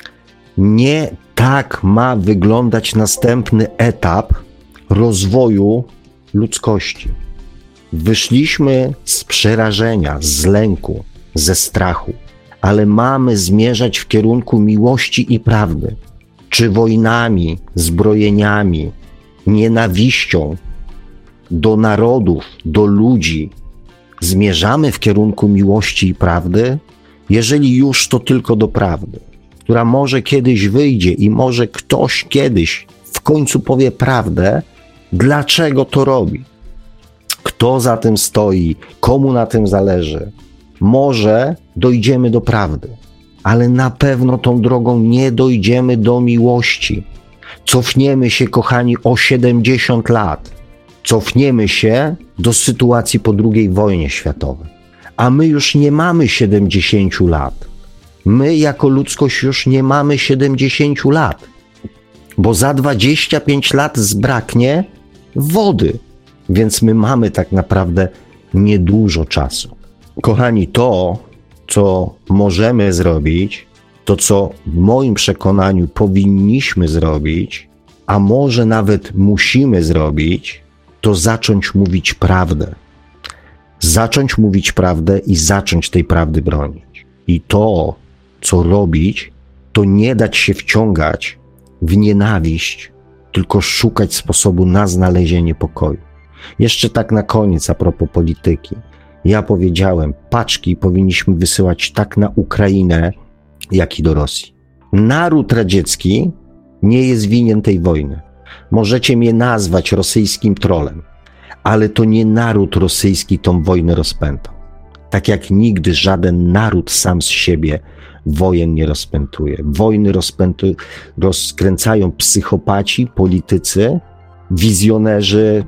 Nie tak ma wyglądać następny etap rozwoju ludzkości. Wyszliśmy z przerażenia, z lęku, ze strachu, ale mamy zmierzać w kierunku miłości i prawdy. Czy wojnami, zbrojeniami, nienawiścią do narodów, do ludzi zmierzamy w kierunku miłości i prawdy? Jeżeli już, to tylko do prawdy, która może kiedyś wyjdzie i może ktoś kiedyś w końcu powie prawdę, dlaczego to robi, kto za tym stoi, komu na tym zależy. Może dojdziemy do prawdy, ale na pewno tą drogą nie dojdziemy do miłości. Cofniemy się, kochani, o siedemdziesiąt lat. Cofniemy się do sytuacji po drugiej wojnie światowej. A my już nie mamy siedemdziesięciu lat. My jako ludzkość już nie mamy siedemdziesięciu lat, bo za dwadzieścia pięć lat zbraknie wody, więc my mamy tak naprawdę niedużo czasu. Kochani, to, co możemy zrobić, to, co w moim przekonaniu powinniśmy zrobić, a może nawet musimy zrobić, to zacząć mówić prawdę. Zacząć mówić prawdę i zacząć tej prawdy bronić. I to, co robić, to nie dać się wciągać w nienawiść, tylko szukać sposobu na znalezienie pokoju. Jeszcze tak na koniec, a propos polityki. Ja powiedziałem, paczki powinniśmy wysyłać tak na Ukrainę, jak i do Rosji. Naród radziecki nie jest winien tej wojny. Możecie mnie nazwać rosyjskim trolem, ale to nie naród rosyjski tą wojnę rozpętał. Tak jak nigdy żaden naród sam z siebie wojen nie rozpętuje. Wojny rozpętu, rozkręcają psychopaci, politycy, wizjonerzy,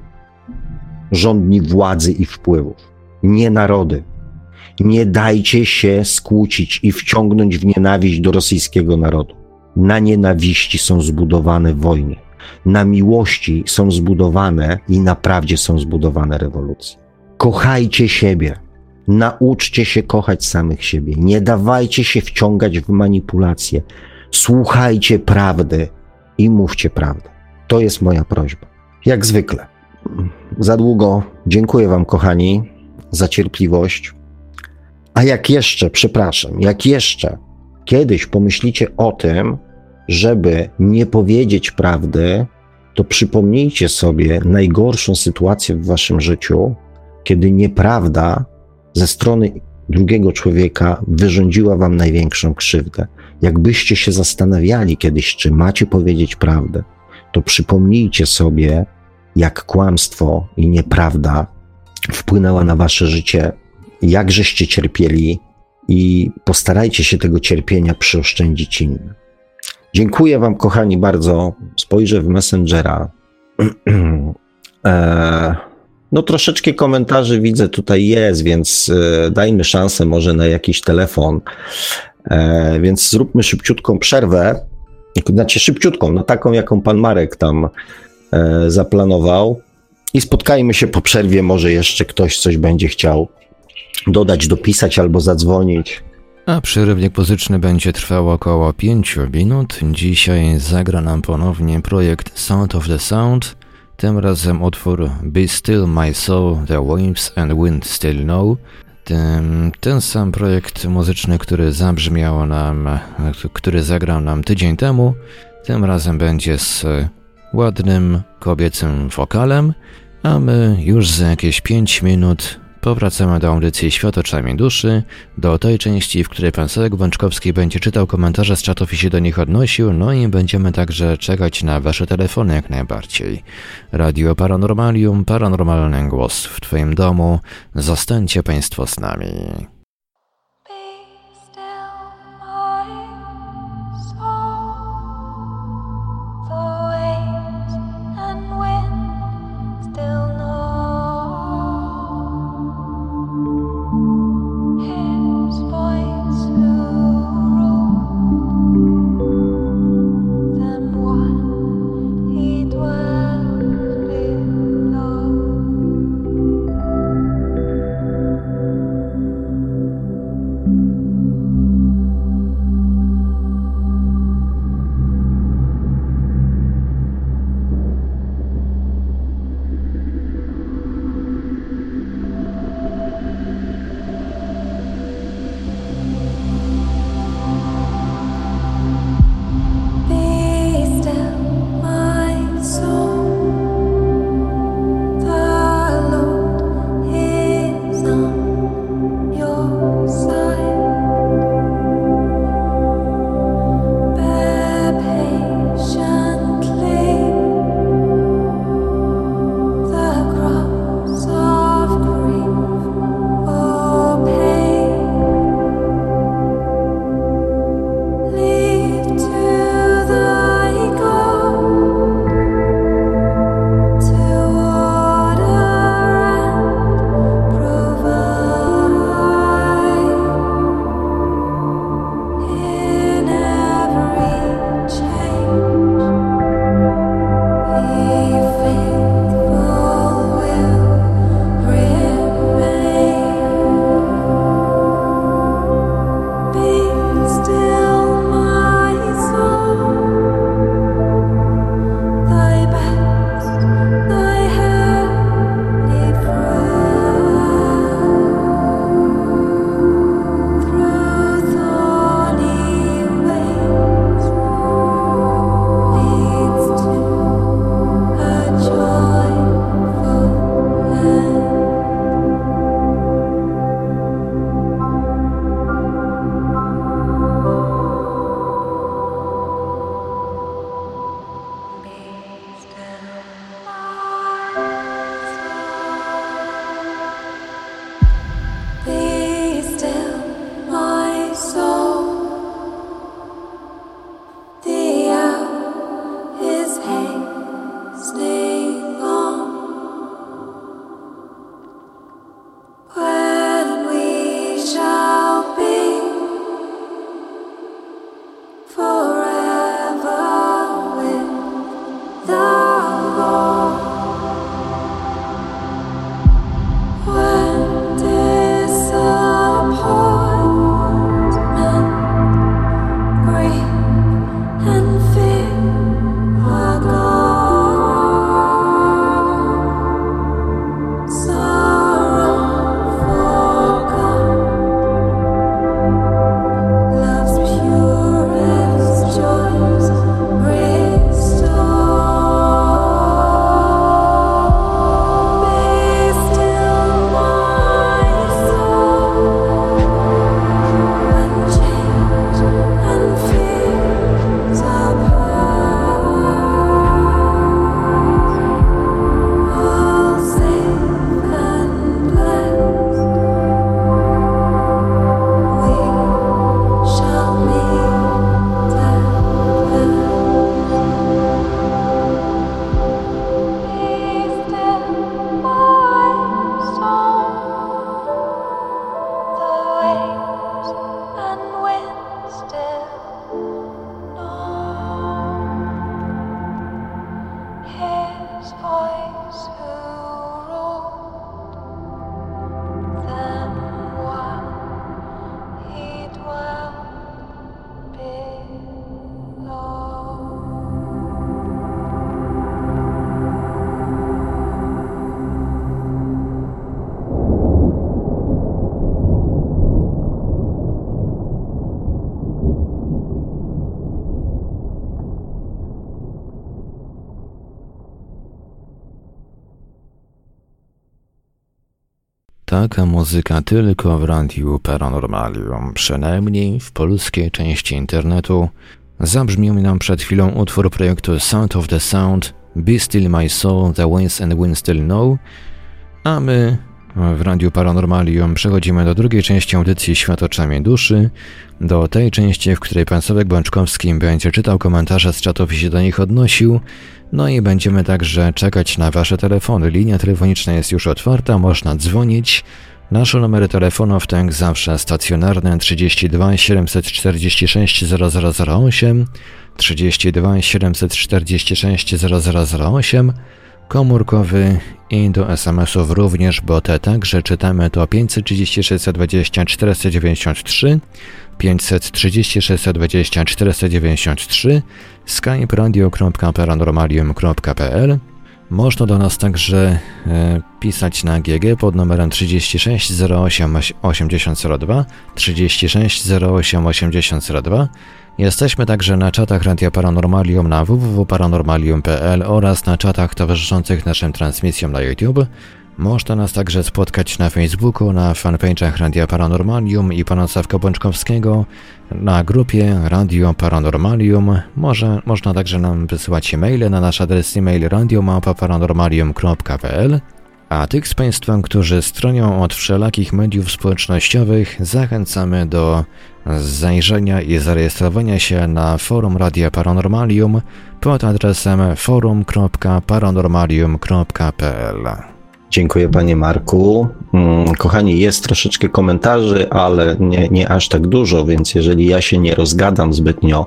żądni władzy i wpływów. Nie narody. Nie dajcie się skłócić i wciągnąć w nienawiść do rosyjskiego narodu. Na nienawiści są zbudowane wojny. Na miłości są zbudowane i na prawdzie są zbudowane rewolucje. Kochajcie siebie. Nauczcie się kochać samych siebie. Nie dawajcie się wciągać w manipulacje. Słuchajcie prawdy i mówcie prawdę. To jest moja prośba. Jak zwykle. Za długo. Dziękuję wam, kochani, za cierpliwość. A jak jeszcze, przepraszam, jak jeszcze kiedyś pomyślicie o tym, żeby nie powiedzieć prawdy, to przypomnijcie sobie najgorszą sytuację w waszym życiu, kiedy nieprawda ze strony drugiego człowieka wyrządziła wam największą krzywdę. Jakbyście się zastanawiali kiedyś, czy macie powiedzieć prawdę, to przypomnijcie sobie, jak kłamstwo i nieprawda wpłynęła na wasze życie, jak żeście cierpieli i postarajcie się tego cierpienia przyoszczędzić innym. Dziękuję wam, kochani, bardzo. Spojrzę w Messengera. e, no troszeczkę komentarzy widzę tutaj jest, więc e, dajmy szansę może na jakiś telefon. E, więc zróbmy szybciutką przerwę. Znaczy szybciutką, no taką, jaką pan Marek tam e, zaplanował. I spotkajmy się po przerwie. Może jeszcze ktoś coś będzie chciał dodać, dopisać albo zadzwonić. A przerywnik muzyczny będzie trwał około pięciu minut. Dzisiaj zagra nam ponownie projekt Sound of the Sound. Tym razem utwór Be Still My Soul, The Waves and Wind Still Know. Ten, ten sam projekt muzyczny, który zabrzmiał nam, który zagrał nam tydzień temu. Tym razem będzie z ładnym, kobiecym wokalem, a my już za jakieś pięć minut powracamy do audycji Świat oczami duszy, do tej części, w której pan Sławek Bączkowski będzie czytał komentarze z czatów i się do nich odnosił, no i będziemy także czekać na wasze telefony jak najbardziej. Radio Paranormalium, paranormalny głos w twoim domu. Zostańcie państwo z nami. Thank you. Taka muzyka tylko w Radiu Paranormalium, przynajmniej w polskiej części internetu. Zabrzmiał nam przed chwilą utwór projektu Sound of the Sound, Be Still My Soul, The Winds and Wind Still Know, a my w Radiu Paranormalium przechodzimy do drugiej części audycji Świat oczami duszy, do tej części, w której pan Sławek Bączkowski będzie czytał komentarze z czatów i się do nich odnosił, no i będziemy także czekać na wasze telefony. Linia telefoniczna jest już otwarta, można dzwonić. Nasze numery telefonów to jak zawsze stacjonarne trzydzieści dwa siedemset czterdzieści sześć zero zero zero osiem, trzydzieści dwa siedemset czterdzieści sześć zero zero zero osiem, komórkowy i do es em esów również, bo te także czytamy, to pięćset trzydzieści sześć dwadzieścia czterysta dziewięćdziesiąt trzy, pięćset trzydzieści sześć dwadzieścia czterysta dziewięćdziesiąt trzy, skype radio kropka paranormalium kropka p l. Można do nas także e, pisać na G G pod numerem trzydzieści sześć zero osiem osiemdziesiąt zero dwa, trzydzieści sześć zero osiem osiemdziesiąt zero dwa. Jesteśmy także na czatach Radia Paranormalium na w w w kropka paranormalium kropka p l oraz na czatach towarzyszących naszym transmisjom na YouTube. Można nas także spotkać na Facebooku, na fanpage'ach Radia Paranormalium i pana Sławka Bączkowskiego, na grupie Radio Paranormalium. Może, można także nam wysyłać e-maile na nasz adres e-mail radio małpa paranormalium kropka p l. A tych z Państwa, którzy stronią od wszelakich mediów społecznościowych, zachęcamy do zajrzenia i zarejestrowania się na forum Radia Paranormalium pod adresem forum kropka paranormalium kropka p l. Dziękuję panie Marku. Kochani, jest troszeczkę komentarzy, ale nie, nie aż tak dużo, więc jeżeli ja się nie rozgadam zbytnio,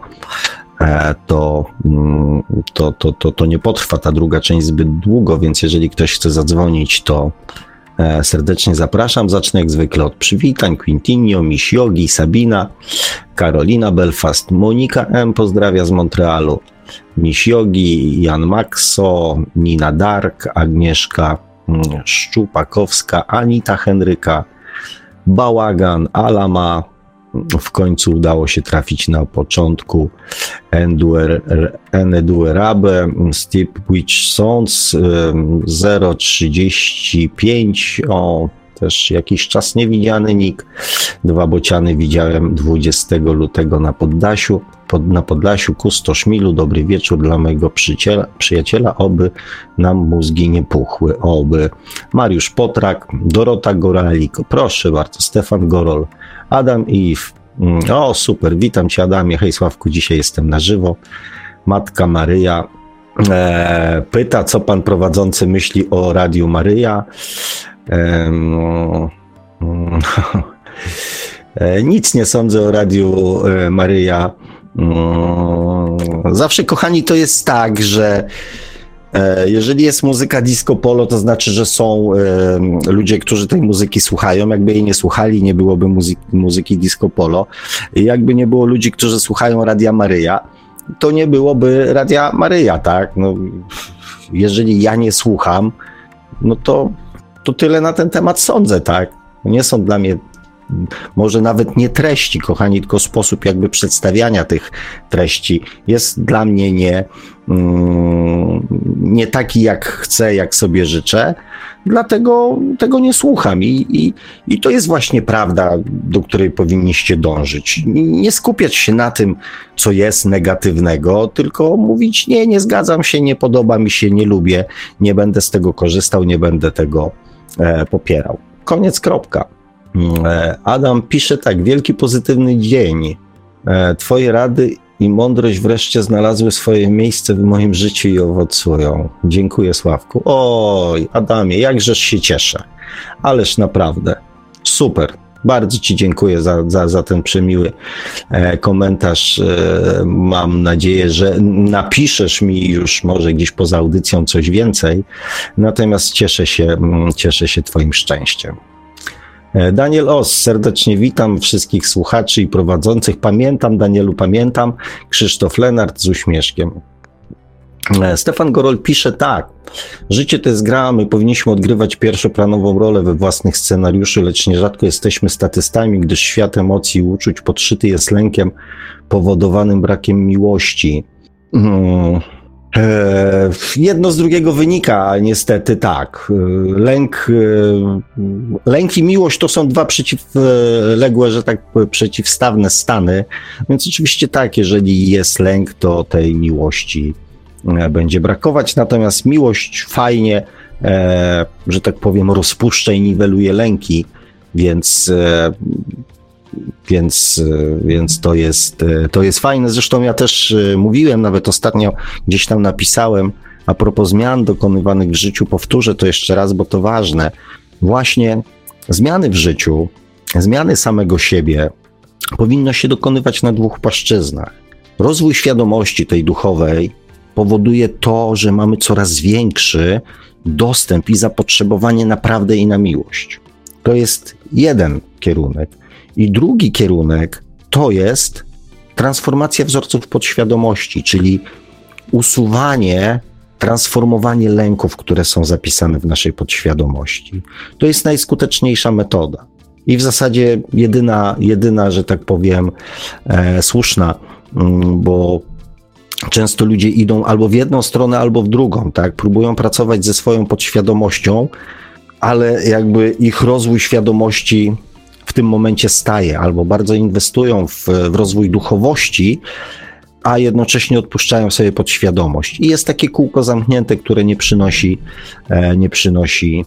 to, to, to, to, to nie potrwa ta druga część zbyt długo, więc jeżeli ktoś chce zadzwonić, to serdecznie zapraszam. Zacznę jak zwykle od przywitań. Quintinio, Miss Yogi, Sabina, Karolina Belfast, Monika M. pozdrawia z Montrealu, Miss Yogi, Jan Maxo, Nina Dark, Agnieszka Szczupakowska, Anita Henryka, Bałagan, Alama, w końcu udało się trafić na początku, Enduerabe, Steve Witch Sons, zero trzydzieści pięć, o, też jakiś czas niewidziany nick, dwa bociany widziałem dwudziestego lutego na Poddasiu, pod, na Podlasiu, Kustosz Milu, dobry wieczór dla mojego przyjaciela, przyjaciela, oby nam mózgi nie puchły, oby. Mariusz Potrak, Dorota Goralik, proszę bardzo, Stefan Gorol, Adam Iw, o super, witam cię Adamie, hej Sławku, dzisiaj jestem na żywo. Matka Maryja e, pyta, co pan prowadzący myśli o Radiu Maryja. E, no, e, nic nie sądzę o Radiu e, Maryja. E, zawsze, kochani, to jest tak, że jeżeli jest muzyka disco polo, to znaczy, że są e, ludzie, którzy tej muzyki słuchają. Jakby jej nie słuchali, nie byłoby muzyki, muzyki disco polo. I jakby nie było ludzi, którzy słuchają Radia Maryja, to nie byłoby Radia Maryja, tak? No, jeżeli ja nie słucham, no to, to tyle na ten temat sądzę, tak? Nie są dla mnie może nawet nie treści, kochani, tylko sposób jakby przedstawiania tych treści jest dla mnie nie, mm, nie taki, jak chcę, jak sobie życzę, dlatego tego nie słucham i, i, i to jest właśnie prawda, do której powinniście dążyć. Nie skupiać się na tym, co jest negatywnego, tylko mówić, nie, nie zgadzam się, nie podoba mi się, nie lubię, nie będę z tego korzystał, nie będę tego e, popierał. Koniec, kropka. Adam pisze tak, wielki pozytywny dzień. Twoje rady i mądrość wreszcie znalazły swoje miejsce w moim życiu i owocują. Dziękuję, Sławku. Oj, Adamie, jakżeż się cieszę. Ależ naprawdę. Super. Bardzo ci dziękuję za, za, za ten przemiły e, komentarz. E, mam nadzieję, że napiszesz mi już może gdzieś poza audycją coś więcej. Natomiast cieszę się, cieszę się twoim szczęściem. Daniel Os, serdecznie witam wszystkich słuchaczy i prowadzących. Pamiętam, Danielu, pamiętam. Krzysztof Lenart z uśmieszkiem. Stefan Gorol pisze tak. Życie to jest gra, a my powinniśmy odgrywać pierwszoplanową rolę we własnych scenariuszy, lecz nierzadko jesteśmy statystami, gdyż świat emocji i uczuć podszyty jest lękiem powodowanym brakiem miłości. Hmm. E, jedno z drugiego wynika, niestety tak. Lęk, lęk i miłość to są dwa przeciwległe, że tak powiem, przeciwstawne stany, więc oczywiście tak, jeżeli jest lęk, to tej miłości będzie brakować, natomiast miłość fajnie, e, że tak powiem, rozpuszcza i niweluje lęki, więc e, Więc, więc to jest, to jest fajne. Zresztą ja też mówiłem, nawet ostatnio gdzieś tam napisałem, a propos zmian dokonywanych w życiu, powtórzę to jeszcze raz, bo to ważne. Właśnie zmiany w życiu, zmiany samego siebie powinno się dokonywać na dwóch płaszczyznach. Rozwój świadomości tej duchowej powoduje to, że mamy coraz większy dostęp i zapotrzebowanie na prawdę i na miłość. To jest jeden kierunek. I drugi kierunek to jest transformacja wzorców podświadomości, czyli usuwanie, transformowanie lęków, które są zapisane w naszej podświadomości. To jest najskuteczniejsza metoda i w zasadzie jedyna, jedyna, że tak powiem, e, słuszna, m, bo często ludzie idą albo w jedną stronę, albo w drugą, tak? Próbują pracować ze swoją podświadomością, ale jakby ich rozwój świadomości w tym momencie staje, albo bardzo inwestują w, w rozwój duchowości, a jednocześnie odpuszczają sobie podświadomość. I jest takie kółko zamknięte, które nie przynosi, e, nie przynosi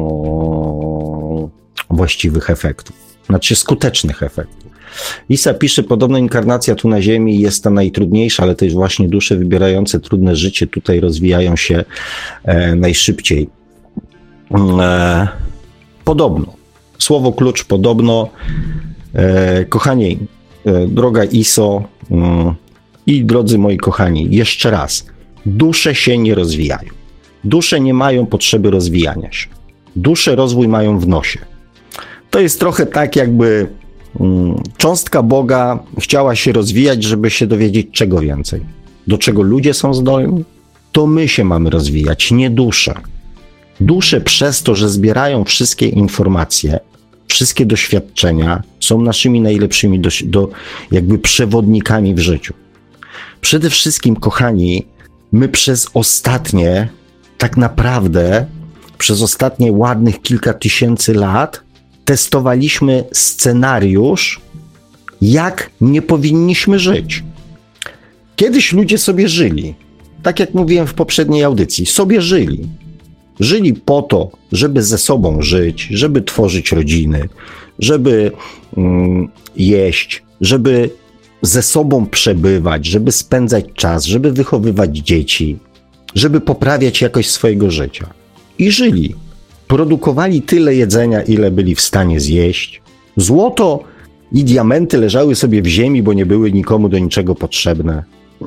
o, właściwych efektów, znaczy skutecznych efektów. Lisa pisze, podobno inkarnacja tu na Ziemi jest ta najtrudniejsza, ale też właśnie dusze wybierające trudne życie tutaj rozwijają się e, najszybciej. E, podobno. Słowo klucz podobno. E, kochani, e, droga Iso e, i drodzy moi kochani, jeszcze raz. Dusze się nie rozwijają. Dusze nie mają potrzeby rozwijania się. Dusze rozwój mają w nosie. To jest trochę tak, jakby mm, cząstka Boga chciała się rozwijać, żeby się dowiedzieć czego więcej. Do czego ludzie są zdolni? To my się mamy rozwijać, nie dusze. Dusze przez to, że zbierają wszystkie informacje, wszystkie doświadczenia, są naszymi najlepszymi do, do, jakby przewodnikami w życiu. Przede wszystkim, kochani, my przez ostatnie, tak naprawdę, przez ostatnie ładnych kilka tysięcy lat testowaliśmy scenariusz, jak nie powinniśmy żyć. Kiedyś ludzie sobie żyli, tak jak mówiłem w poprzedniej audycji, sobie żyli. Żyli po to, żeby ze sobą żyć, żeby tworzyć rodziny, żeby mm, jeść, żeby ze sobą przebywać, żeby spędzać czas, żeby wychowywać dzieci, żeby poprawiać jakość swojego życia. I żyli. Produkowali tyle jedzenia, ile byli w stanie zjeść. Złoto i diamenty leżały sobie w ziemi, bo nie były nikomu do niczego potrzebne.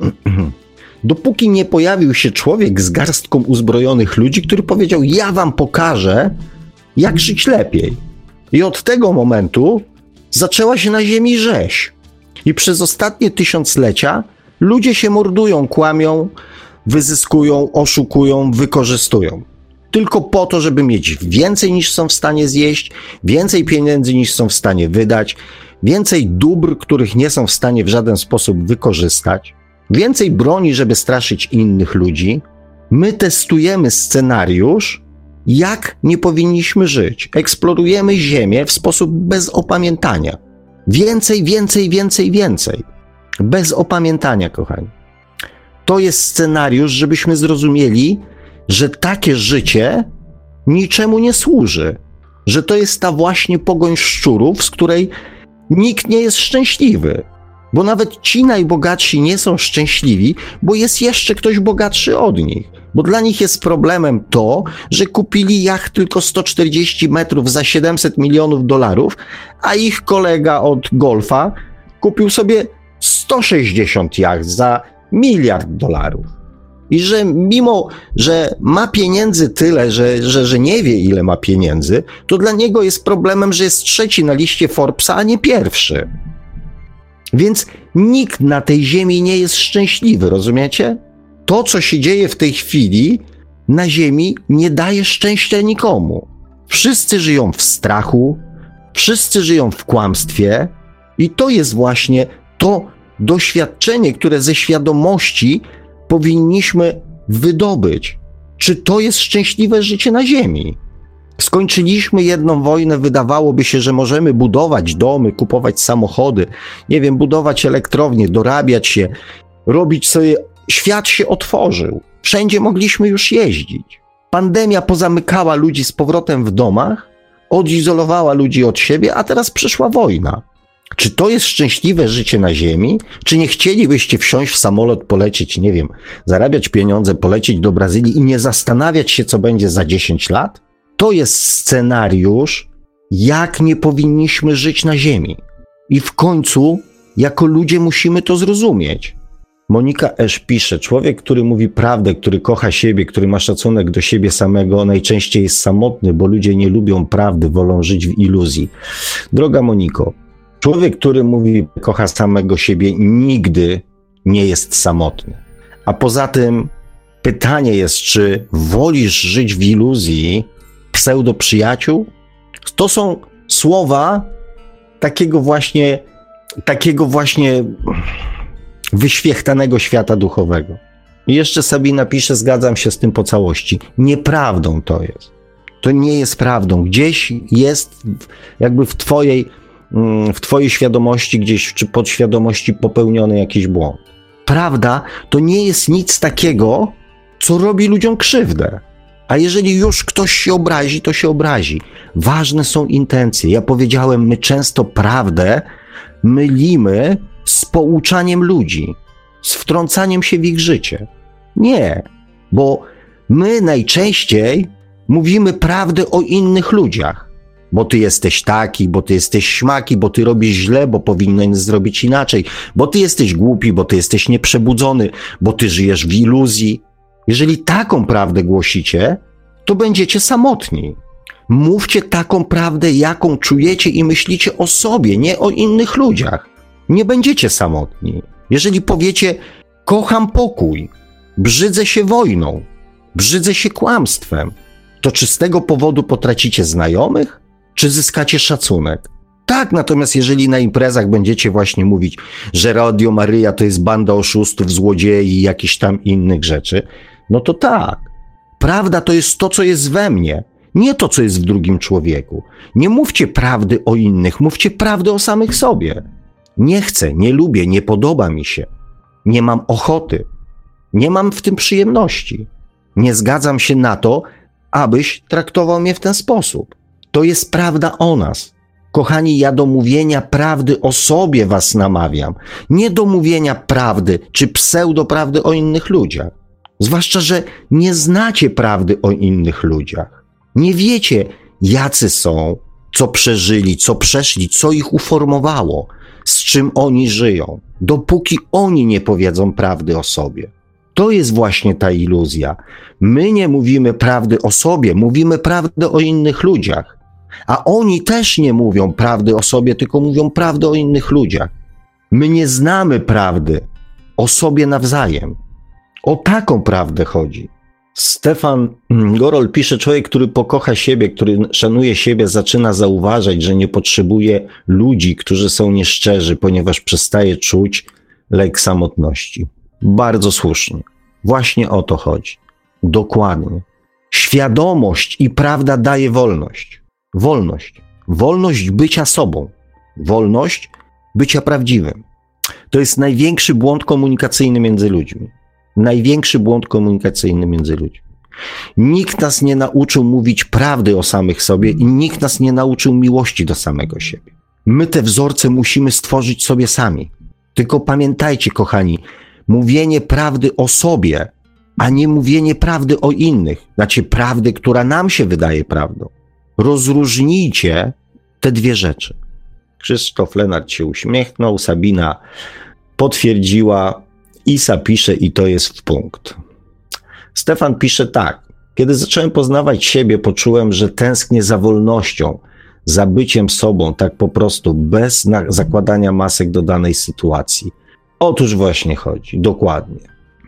Dopóki nie pojawił się człowiek z garstką uzbrojonych ludzi, który powiedział, ja wam pokażę, jak żyć lepiej. I od tego momentu zaczęła się na ziemi rzeź. I przez ostatnie tysiąclecia ludzie się mordują, kłamią, wyzyskują, oszukują, wykorzystują. Tylko po to, żeby mieć więcej niż są w stanie zjeść, więcej pieniędzy niż są w stanie wydać, więcej dóbr, których nie są w stanie w żaden sposób wykorzystać, więcej broni, żeby straszyć innych ludzi. My testujemy scenariusz, jak nie powinniśmy żyć. Eksplorujemy Ziemię w sposób bez opamiętania. Więcej, więcej, więcej, więcej. Bez opamiętania, kochani. To jest scenariusz, żebyśmy zrozumieli, że takie życie niczemu nie służy. Że to jest ta właśnie pogoń szczurów, z której nikt nie jest szczęśliwy. Bo nawet ci najbogatsi nie są szczęśliwi, bo jest jeszcze ktoś bogatszy od nich. Bo dla nich jest problemem to, że kupili jacht tylko sto czterdzieści metrów za siedemset milionów dolarów, a ich kolega od golfa kupił sobie sto sześćdziesiąt jacht za miliard dolarów. I że mimo, że ma pieniędzy tyle, że, że, że nie wie, ile ma pieniędzy, to dla niego jest problemem, że jest trzeci na liście Forbesa, a nie pierwszy. Więc nikt na tej ziemi nie jest szczęśliwy, rozumiecie? To, co się dzieje w tej chwili na ziemi, nie daje szczęścia nikomu. Wszyscy żyją w strachu, wszyscy żyją w kłamstwie i to jest właśnie to doświadczenie, które ze świadomości powinniśmy wydobyć, czy to jest szczęśliwe życie na ziemi. Skończyliśmy jedną wojnę, wydawałoby się, że możemy budować domy, kupować samochody, nie wiem, budować elektrownie, dorabiać się, robić sobie... Świat się otworzył. Wszędzie mogliśmy już jeździć. Pandemia pozamykała ludzi z powrotem w domach, odizolowała ludzi od siebie, a teraz przyszła wojna. Czy to jest szczęśliwe życie na ziemi? Czy nie chcielibyście wsiąść w samolot, polecieć, nie wiem, zarabiać pieniądze, polecieć do Brazylii i nie zastanawiać się, co będzie za dziesięć lat? To jest scenariusz, jak nie powinniśmy żyć na ziemi. I w końcu, jako ludzie, musimy to zrozumieć. Monika Esz pisze, człowiek, który mówi prawdę, który kocha siebie, który ma szacunek do siebie samego, najczęściej jest samotny, bo ludzie nie lubią prawdy, wolą żyć w iluzji. Droga Moniko, człowiek, który mówi, kocha samego siebie, nigdy nie jest samotny. A poza tym pytanie jest, czy wolisz żyć w iluzji pseudoprzyjaciół? To są słowa takiego właśnie, takiego właśnie wyświechtanego świata duchowego. I jeszcze Sabina pisze, zgadzam się z tym po całości. Nieprawdą to jest. To nie jest prawdą. Gdzieś jest jakby w twojej, w twojej świadomości, gdzieś czy podświadomości popełniony jakiś błąd. Prawda to nie jest nic takiego, co robi ludziom krzywdę. A jeżeli już ktoś się obrazi, to się obrazi. Ważne są intencje. Ja powiedziałem, my często prawdę mylimy z pouczaniem ludzi, z wtrącaniem się w ich życie. Nie, bo my najczęściej mówimy prawdę o innych ludziach. Bo ty jesteś taki, bo ty jesteś śmaki, bo ty robisz źle, bo powinieneś zrobić inaczej, bo ty jesteś głupi, bo ty jesteś nieprzebudzony, bo ty żyjesz w iluzji. Jeżeli taką prawdę głosicie, to będziecie samotni. Mówcie taką prawdę, jaką czujecie i myślicie o sobie, nie o innych ludziach. Nie będziecie samotni. Jeżeli powiecie, kocham pokój, brzydzę się wojną, brzydzę się kłamstwem, to czy z tego powodu potracicie znajomych, czy zyskacie szacunek? Tak, natomiast jeżeli na imprezach będziecie właśnie mówić, że Radio Maryja to jest banda oszustów, złodziei i jakichś tam innych rzeczy, no to tak. Prawda to jest to, co jest we mnie, nie to, co jest w drugim człowieku. Nie mówcie prawdy o innych, mówcie prawdę o samych sobie. Nie chcę, nie lubię, nie podoba mi się. Nie mam ochoty. Nie mam w tym przyjemności. Nie zgadzam się na to, abyś traktował mnie w ten sposób. To jest prawda o nas. Kochani, ja do mówienia prawdy o sobie was namawiam. Nie do mówienia prawdy czy pseudoprawdy o innych ludziach. Zwłaszcza, że nie znacie prawdy o innych ludziach. Nie wiecie, jacy są, co przeżyli, co przeszli, co ich uformowało, z czym oni żyją, dopóki oni nie powiedzą prawdy o sobie. To jest właśnie ta iluzja. My nie mówimy prawdy o sobie, mówimy prawdę o innych ludziach. A oni też nie mówią prawdy o sobie, tylko mówią prawdę o innych ludziach. My nie znamy prawdy o sobie nawzajem. O taką prawdę chodzi. Stefan Gorol pisze, człowiek, który pokocha siebie, który szanuje siebie, zaczyna zauważać, że nie potrzebuje ludzi, którzy są nieszczerzy, ponieważ przestaje czuć lęk samotności. Bardzo słusznie. Właśnie o to chodzi. Dokładnie. Świadomość i prawda daje wolność. Wolność. Wolność bycia sobą. Wolność bycia prawdziwym. To jest największy błąd komunikacyjny między ludźmi. Największy błąd komunikacyjny między ludźmi. Nikt nas nie nauczył mówić prawdy o samych sobie i nikt nas nie nauczył miłości do samego siebie. My te wzorce musimy stworzyć sobie sami. Tylko pamiętajcie, kochani, mówienie prawdy o sobie, a nie mówienie prawdy o innych, znaczy prawdy, która nam się wydaje prawdą. Rozróżnijcie te dwie rzeczy. Krzysztof Lenart się uśmiechnął, Sabina potwierdziła, Isa pisze i to jest w punkt. Stefan pisze tak. Kiedy zacząłem poznawać siebie, poczułem, że tęsknię za wolnością, za byciem sobą, tak po prostu, bez na- zakładania masek do danej sytuacji. Otóż właśnie chodzi, dokładnie.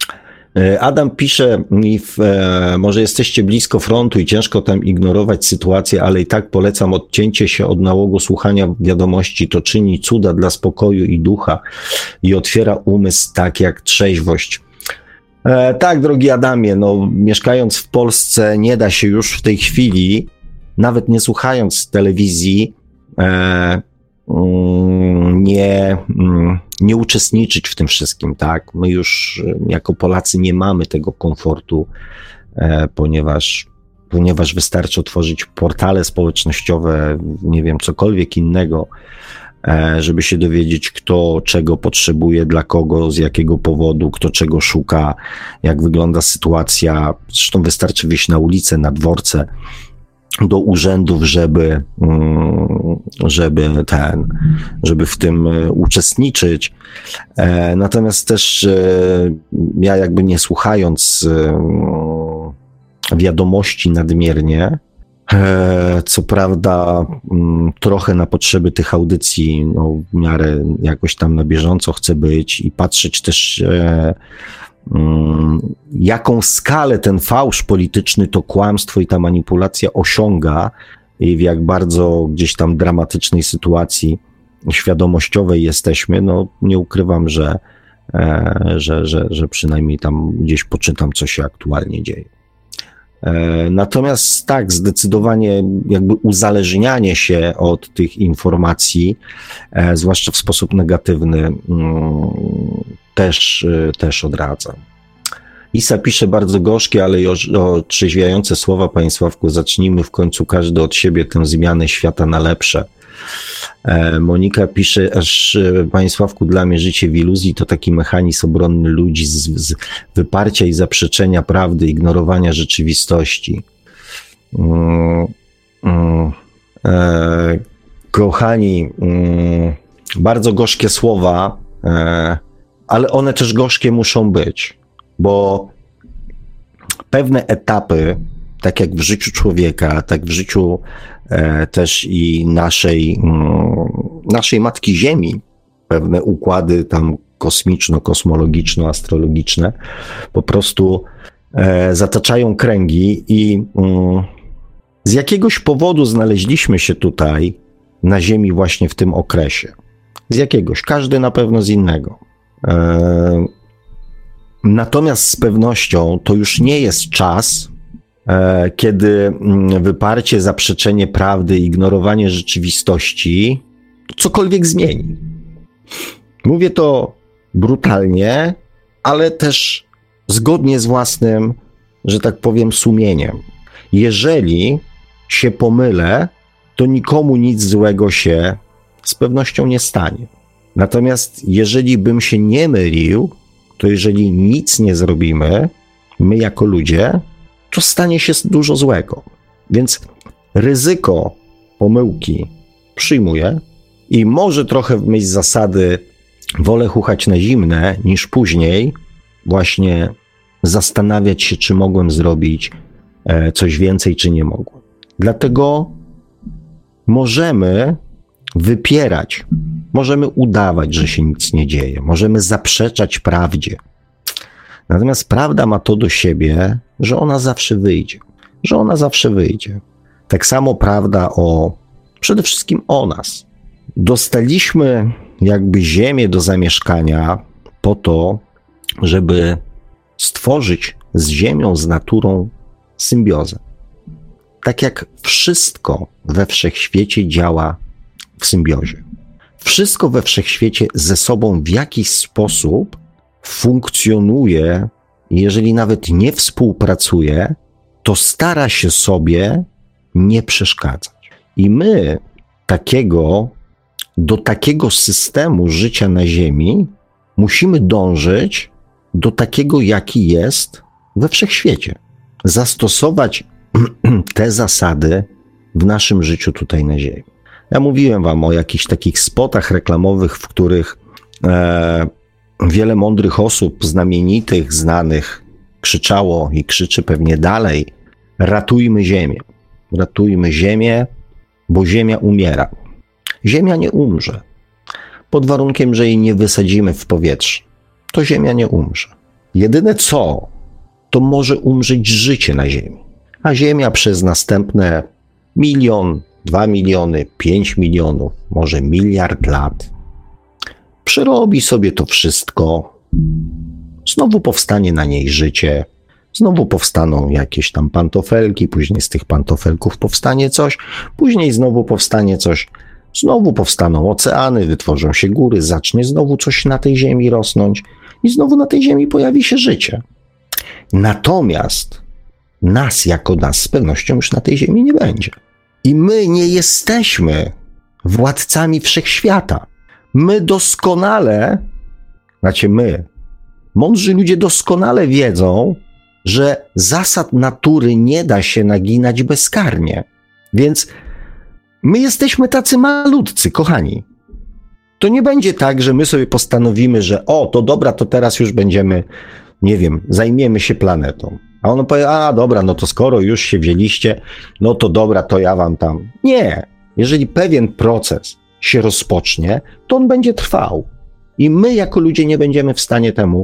Adam pisze mi, w, e, może jesteście blisko frontu i ciężko tam ignorować sytuację, ale i tak polecam odcięcie się od nałogu słuchania wiadomości. To czyni cuda dla spokoju i ducha i otwiera umysł tak jak trzeźwość. E, tak, drogi Adamie, no mieszkając w Polsce nie da się już w tej chwili, nawet nie słuchając telewizji, e, mm, nie, mm, nie uczestniczyć w tym wszystkim, tak? My już jako Polacy nie mamy tego komfortu, e, ponieważ, ponieważ wystarczy otworzyć portale społecznościowe, nie wiem, cokolwiek innego, żeby się dowiedzieć, kto czego potrzebuje, dla kogo, z jakiego powodu, kto czego szuka, jak wygląda sytuacja. Zresztą wystarczy wyjść na ulicę, na dworce, do urzędów, żeby, żeby ten, żeby w tym uczestniczyć. Natomiast też ja jakby nie słuchając wiadomości nadmiernie, co prawda trochę na potrzeby tych audycji, no w miarę jakoś tam na bieżąco chcę być i patrzeć też e, um, jaką skalę ten fałsz polityczny, to kłamstwo i ta manipulacja osiąga i w jak bardzo gdzieś tam dramatycznej sytuacji świadomościowej jesteśmy, no nie ukrywam, że, e, że, że, że przynajmniej tam gdzieś poczytam, co się aktualnie dzieje. Natomiast tak, zdecydowanie jakby uzależnianie się od tych informacji, e, zwłaszcza w sposób negatywny, mm, też, e, też odradzam. Isa pisze bardzo gorzkie, ale i otrzeźwiające słowa, panie Sławku, zacznijmy w końcu każdy od siebie tę zmianę świata na lepsze. E, Monika pisze, aż panie Sławku, dla mnie życie w iluzji to taki mechanizm obronny ludzi z, z wyparcia i zaprzeczenia prawdy, ignorowania rzeczywistości. Mm, mm, e, kochani, mm, bardzo gorzkie słowa, e, ale one też gorzkie muszą być, bo pewne etapy, tak jak w życiu człowieka, tak w życiu e, też i naszej, mm, naszej Matki Ziemi, pewne układy tam kosmiczno-kosmologiczno-astrologiczne po prostu e, zataczają kręgi i mm, z jakiegoś powodu znaleźliśmy się tutaj na Ziemi właśnie w tym okresie. Z jakiegoś, każdy na pewno z innego. E, natomiast z pewnością to już nie jest czas, kiedy wyparcie, zaprzeczenie prawdy, ignorowanie rzeczywistości cokolwiek zmieni. Mówię to brutalnie, ale też zgodnie z własnym, że tak powiem, sumieniem. Jeżeli się pomylę, to nikomu nic złego się z pewnością nie stanie. Natomiast jeżeli bym się nie mylił, to jeżeli nic nie zrobimy, my jako ludzie, to stanie się dużo złego. Więc ryzyko pomyłki przyjmuję i może trochę w myśl zasady wolę chuchać na zimne, niż później właśnie zastanawiać się, czy mogłem zrobić coś więcej, czy nie mogłem. Dlatego możemy wypierać, możemy udawać, że się nic nie dzieje, możemy zaprzeczać prawdzie. Natomiast prawda ma to do siebie, że ona zawsze wyjdzie, że ona zawsze wyjdzie. Tak samo prawda o, przede wszystkim o nas. Dostaliśmy jakby ziemię do zamieszkania po to, żeby stworzyć z ziemią, z naturą symbiozę. Tak jak wszystko we wszechświecie działa w symbiozie. Wszystko we wszechświecie ze sobą w jakiś sposób funkcjonuje, jeżeli nawet nie współpracuje, to stara się sobie nie przeszkadzać. I my takiego, do takiego systemu życia na Ziemi musimy dążyć do takiego, jaki jest we wszechświecie. Zastosować te zasady w naszym życiu tutaj na Ziemi. Ja mówiłem wam o jakichś takich spotach reklamowych, w których e, wiele mądrych osób, znamienitych, znanych, krzyczało i krzyczy pewnie dalej: ratujmy Ziemię, ratujmy Ziemię, bo Ziemia umiera. Ziemia nie umrze, pod warunkiem, że jej nie wysadzimy w powietrze. To Ziemia nie umrze. Jedyne co, to może umrzeć życie na Ziemi. A Ziemia przez następne milion, dwa miliony, pięć milionów, może miliard lat przerobi sobie to wszystko, Znowu powstanie na niej życie, znowu powstaną jakieś tam pantofelki, później z tych pantofelków powstanie coś, później znowu powstanie coś, znowu powstaną oceany, wytworzą się góry, zacznie znowu coś na tej ziemi rosnąć i znowu na tej ziemi pojawi się życie. Natomiast nas jako nas z pewnością już na tej ziemi nie będzie. I my nie jesteśmy władcami wszechświata. My doskonale, znaczy my, mądrzy ludzie doskonale wiedzą, że zasad natury nie da się naginać bezkarnie. Więc my jesteśmy tacy malutcy, kochani. To nie będzie tak, że my sobie postanowimy, że o, to dobra, to teraz już będziemy, nie wiem, zajmiemy się planetą. A ono powie, a dobra, no to skoro już się wzięliście, no to dobra, to ja wam tam. Nie. Jeżeli pewien proces się rozpocznie, to on będzie trwał. I my jako ludzie nie będziemy w stanie temu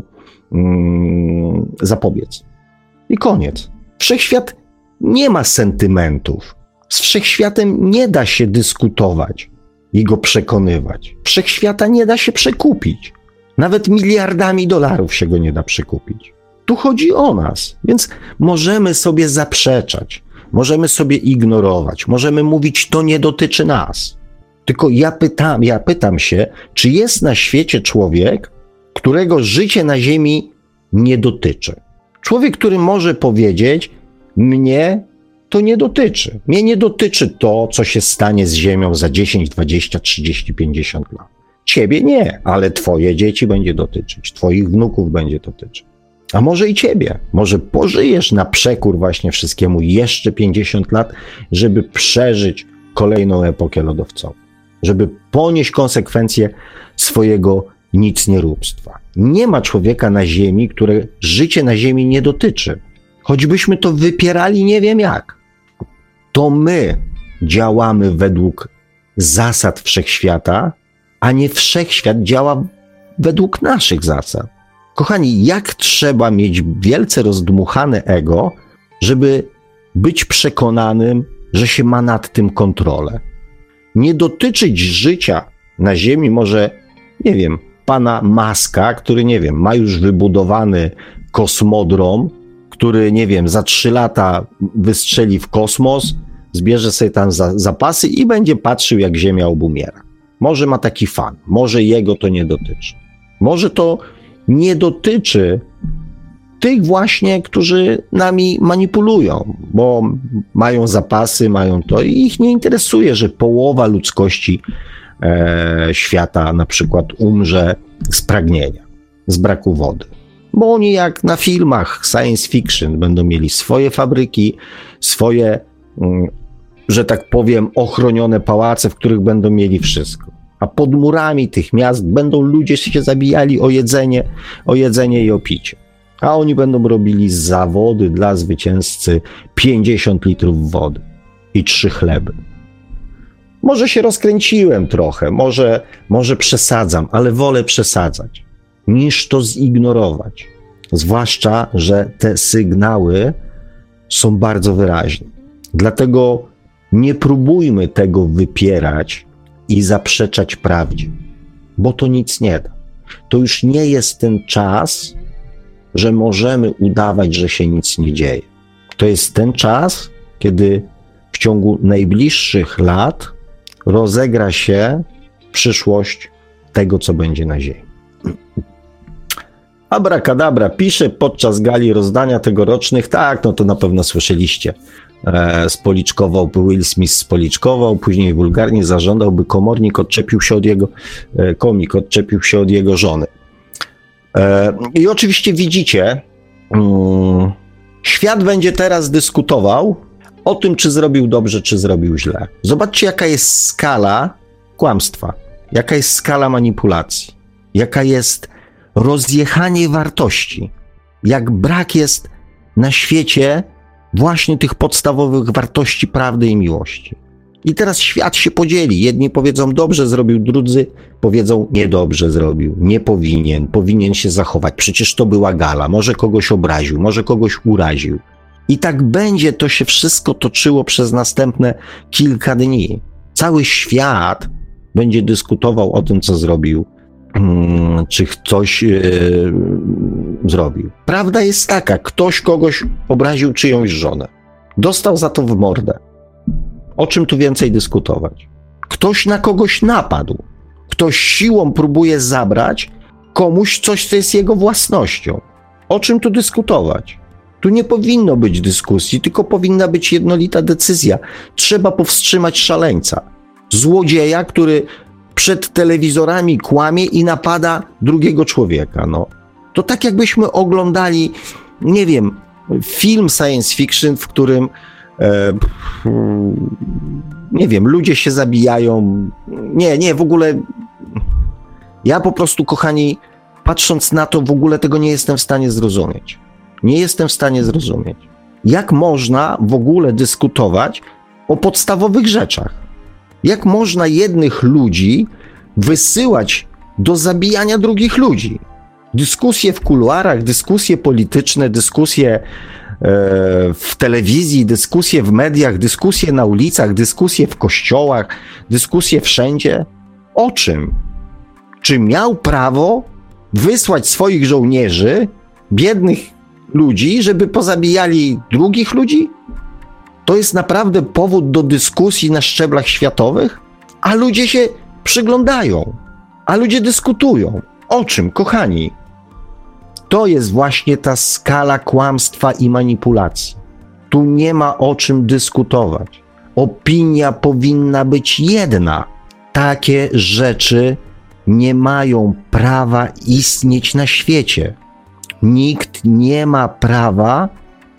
mm, zapobiec. I koniec. Wszechświat nie ma sentymentów. Z wszechświatem nie da się dyskutować i go przekonywać. Wszechświata nie da się przekupić. Nawet miliardami dolarów się go nie da przekupić. Tu chodzi o nas, więc możemy sobie zaprzeczać, możemy sobie ignorować, możemy mówić, to nie dotyczy nas. Tylko ja pytam, ja pytam się, czy jest na świecie człowiek, którego życie na ziemi nie dotyczy. Człowiek, który może powiedzieć, mnie to nie dotyczy. Mnie nie dotyczy to, co się stanie z ziemią za dziesięć, dwadzieścia, trzydzieści, pięćdziesiąt lat. Ciebie nie, ale twoje dzieci będzie dotyczyć, twoich wnuków będzie dotyczyć. A może i ciebie. Może pożyjesz na przekór właśnie wszystkiemu jeszcze pięćdziesiąt lat, żeby przeżyć kolejną epokę lodowcową. Żeby ponieść konsekwencje swojego nicnieróbstwa. Nie ma człowieka na ziemi, które życie na ziemi nie dotyczy. Choćbyśmy to wypierali nie wiem jak. To my działamy według zasad wszechświata, a nie wszechświat działa według naszych zasad. Kochani, jak trzeba mieć wielce rozdmuchane ego, żeby być przekonanym, że się ma nad tym kontrolę. Nie dotyczyć życia na ziemi może, nie wiem, pana Muska, który, nie wiem, ma już wybudowany kosmodrom, który, nie wiem, za trzy lata wystrzeli w kosmos, zbierze sobie tam za, zapasy i będzie patrzył, jak Ziemia obumiera. Może ma taki fan, może jego to nie dotyczy. Może to nie dotyczy tych właśnie, którzy nami manipulują, bo mają zapasy, mają to i ich nie interesuje, że połowa ludzkości e, świata na przykład umrze z pragnienia, z braku wody. Bo oni jak na filmach science fiction będą mieli swoje fabryki, swoje, mm, że tak powiem, ochronione pałace, w których będą mieli wszystko. A pod murami tych miast będą ludzie się zabijali o jedzenie, o jedzenie i o picie. A oni będą robili zawody dla zwycięzcy pięćdziesiąt litrów wody i trzy chleby. Może się rozkręciłem trochę, może, może przesadzam, ale wolę przesadzać, niż to zignorować. Zwłaszcza, że te sygnały są bardzo wyraźne. Dlatego nie próbujmy tego wypierać i zaprzeczać prawdzie, bo to nic nie da. To już nie jest ten czas, że możemy udawać, że się nic nie dzieje. To jest ten czas, kiedy w ciągu najbliższych lat rozegra się przyszłość tego, co będzie na Ziemi. Abracadabra pisze podczas gali rozdania tegorocznych, tak, no to na pewno słyszeliście, e, spoliczkował, Will Smith spoliczkował, później wulgarnie zażądał, by komornik odczepił się od jego, e, komik odczepił się od jego żony. E, I oczywiście widzicie, mm, świat będzie teraz dyskutował o tym, czy zrobił dobrze, czy zrobił źle. Zobaczcie, jaka jest skala kłamstwa, jaka jest skala manipulacji, jaka jest rozjechanie wartości, jak brak jest na świecie właśnie tych podstawowych wartości prawdy i miłości. I teraz świat się podzieli. Jedni powiedzą, dobrze zrobił, drudzy powiedzą, niedobrze zrobił, nie powinien, powinien się zachować. Przecież to była gala, może kogoś obraził, może kogoś uraził. I tak będzie to się wszystko toczyło przez następne kilka dni. Cały świat będzie dyskutował o tym, co zrobił, czy ktoś zrobił. Prawda jest taka, ktoś kogoś obraził, czyjąś żonę. Dostał za to w mordę. O czym tu więcej dyskutować? Ktoś na kogoś napadł. Ktoś siłą próbuje zabrać komuś coś, co jest jego własnością. O czym tu dyskutować? Tu nie powinno być dyskusji, tylko powinna być jednolita decyzja. Trzeba powstrzymać szaleńca. Złodzieja, który przed telewizorami kłamie i napada drugiego człowieka. No. To tak jakbyśmy oglądali, nie wiem, film science fiction, w którym e, nie wiem, ludzie się zabijają. Nie, nie, w ogóle ja po prostu, kochani, patrząc na to, w ogóle tego nie jestem w stanie zrozumieć. Nie jestem w stanie zrozumieć. Jak można w ogóle dyskutować o podstawowych rzeczach? Jak można jednych ludzi wysyłać do zabijania drugich ludzi? Dyskusje w kuluarach, dyskusje polityczne, dyskusje e, w telewizji, dyskusje w mediach, dyskusje na ulicach, dyskusje w kościołach, dyskusje wszędzie. O czym? Czy miał prawo wysłać swoich żołnierzy, biednych ludzi, żeby pozabijali drugich ludzi? To jest naprawdę powód do dyskusji na szczeblach światowych? A ludzie się przyglądają, a ludzie dyskutują. O czym, kochani? To jest właśnie ta skala kłamstwa i manipulacji. Tu nie ma o czym dyskutować. Opinia powinna być jedna. Takie rzeczy nie mają prawa istnieć na świecie. Nikt nie ma prawa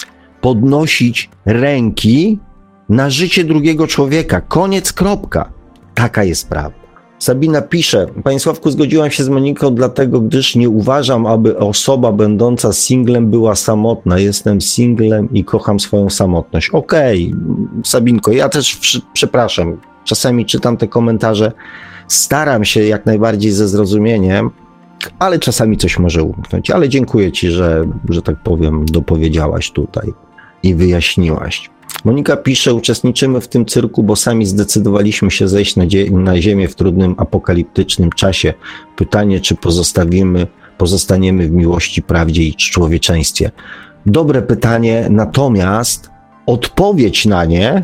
podnosić ręki na życie drugiego człowieka. Koniec, kropka. Taka jest prawda. Sabina pisze: Panie Sławku, zgodziłam się z Moniką dlatego, gdyż nie uważam, aby osoba będąca singlem była samotna. Jestem singlem i kocham swoją samotność. Okej, okay, Sabinko, ja też przy, przepraszam. Czasami czytam te komentarze, staram się jak najbardziej ze zrozumieniem, ale czasami coś może umknąć. Ale dziękuję Ci, że, że tak powiem, dopowiedziałaś tutaj i wyjaśniłaś. Monika pisze: uczestniczymy w tym cyrku, bo sami zdecydowaliśmy się zejść na, dzie- na ziemię w trudnym, apokaliptycznym czasie. Pytanie, czy pozostawimy, pozostaniemy w miłości, prawdzie i człowieczeństwie. Dobre pytanie, natomiast odpowiedź na nie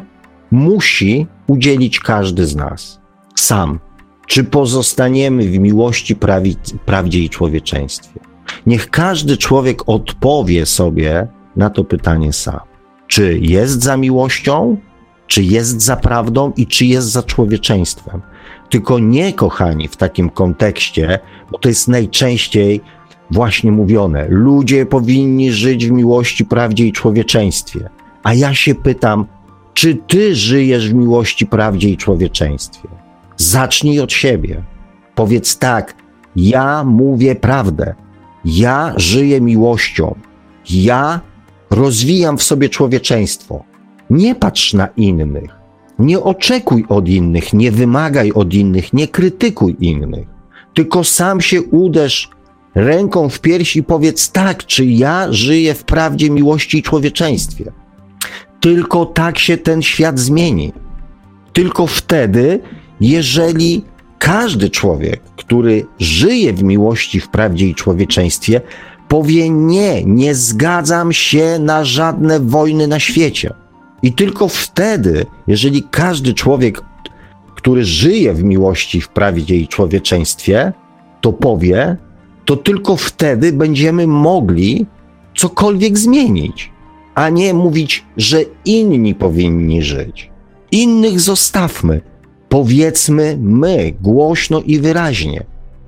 musi udzielić każdy z nas. Sam. Czy pozostaniemy w miłości, prawi- prawdzie i człowieczeństwie? Niech każdy człowiek odpowie sobie na to pytanie sam. Czy jest za miłością, czy jest za prawdą i czy jest za człowieczeństwem. Tylko nie, kochani, w takim kontekście, bo to jest najczęściej właśnie mówione. Ludzie powinni żyć w miłości, prawdzie i człowieczeństwie. A ja się pytam, czy ty żyjesz w miłości, prawdzie i człowieczeństwie? Zacznij od siebie. Powiedz tak: ja mówię prawdę. Ja żyję miłością. Ja rozwijam w sobie człowieczeństwo. Nie patrz na innych. Nie oczekuj od innych, nie wymagaj od innych, nie krytykuj innych. Tylko sam się uderz ręką w pierś i powiedz tak, czy ja żyję w prawdzie, miłości i człowieczeństwie. Tylko tak się ten świat zmieni. Tylko wtedy, jeżeli każdy człowiek, który żyje w miłości, w prawdzie i człowieczeństwie, powie nie, nie zgadzam się na żadne wojny na świecie. I tylko wtedy, jeżeli każdy człowiek, który żyje w miłości, w prawdzie i człowieczeństwie, to powie, to tylko wtedy będziemy mogli cokolwiek zmienić, a nie mówić, że inni powinni żyć. Innych zostawmy. Powiedzmy my głośno i wyraźnie: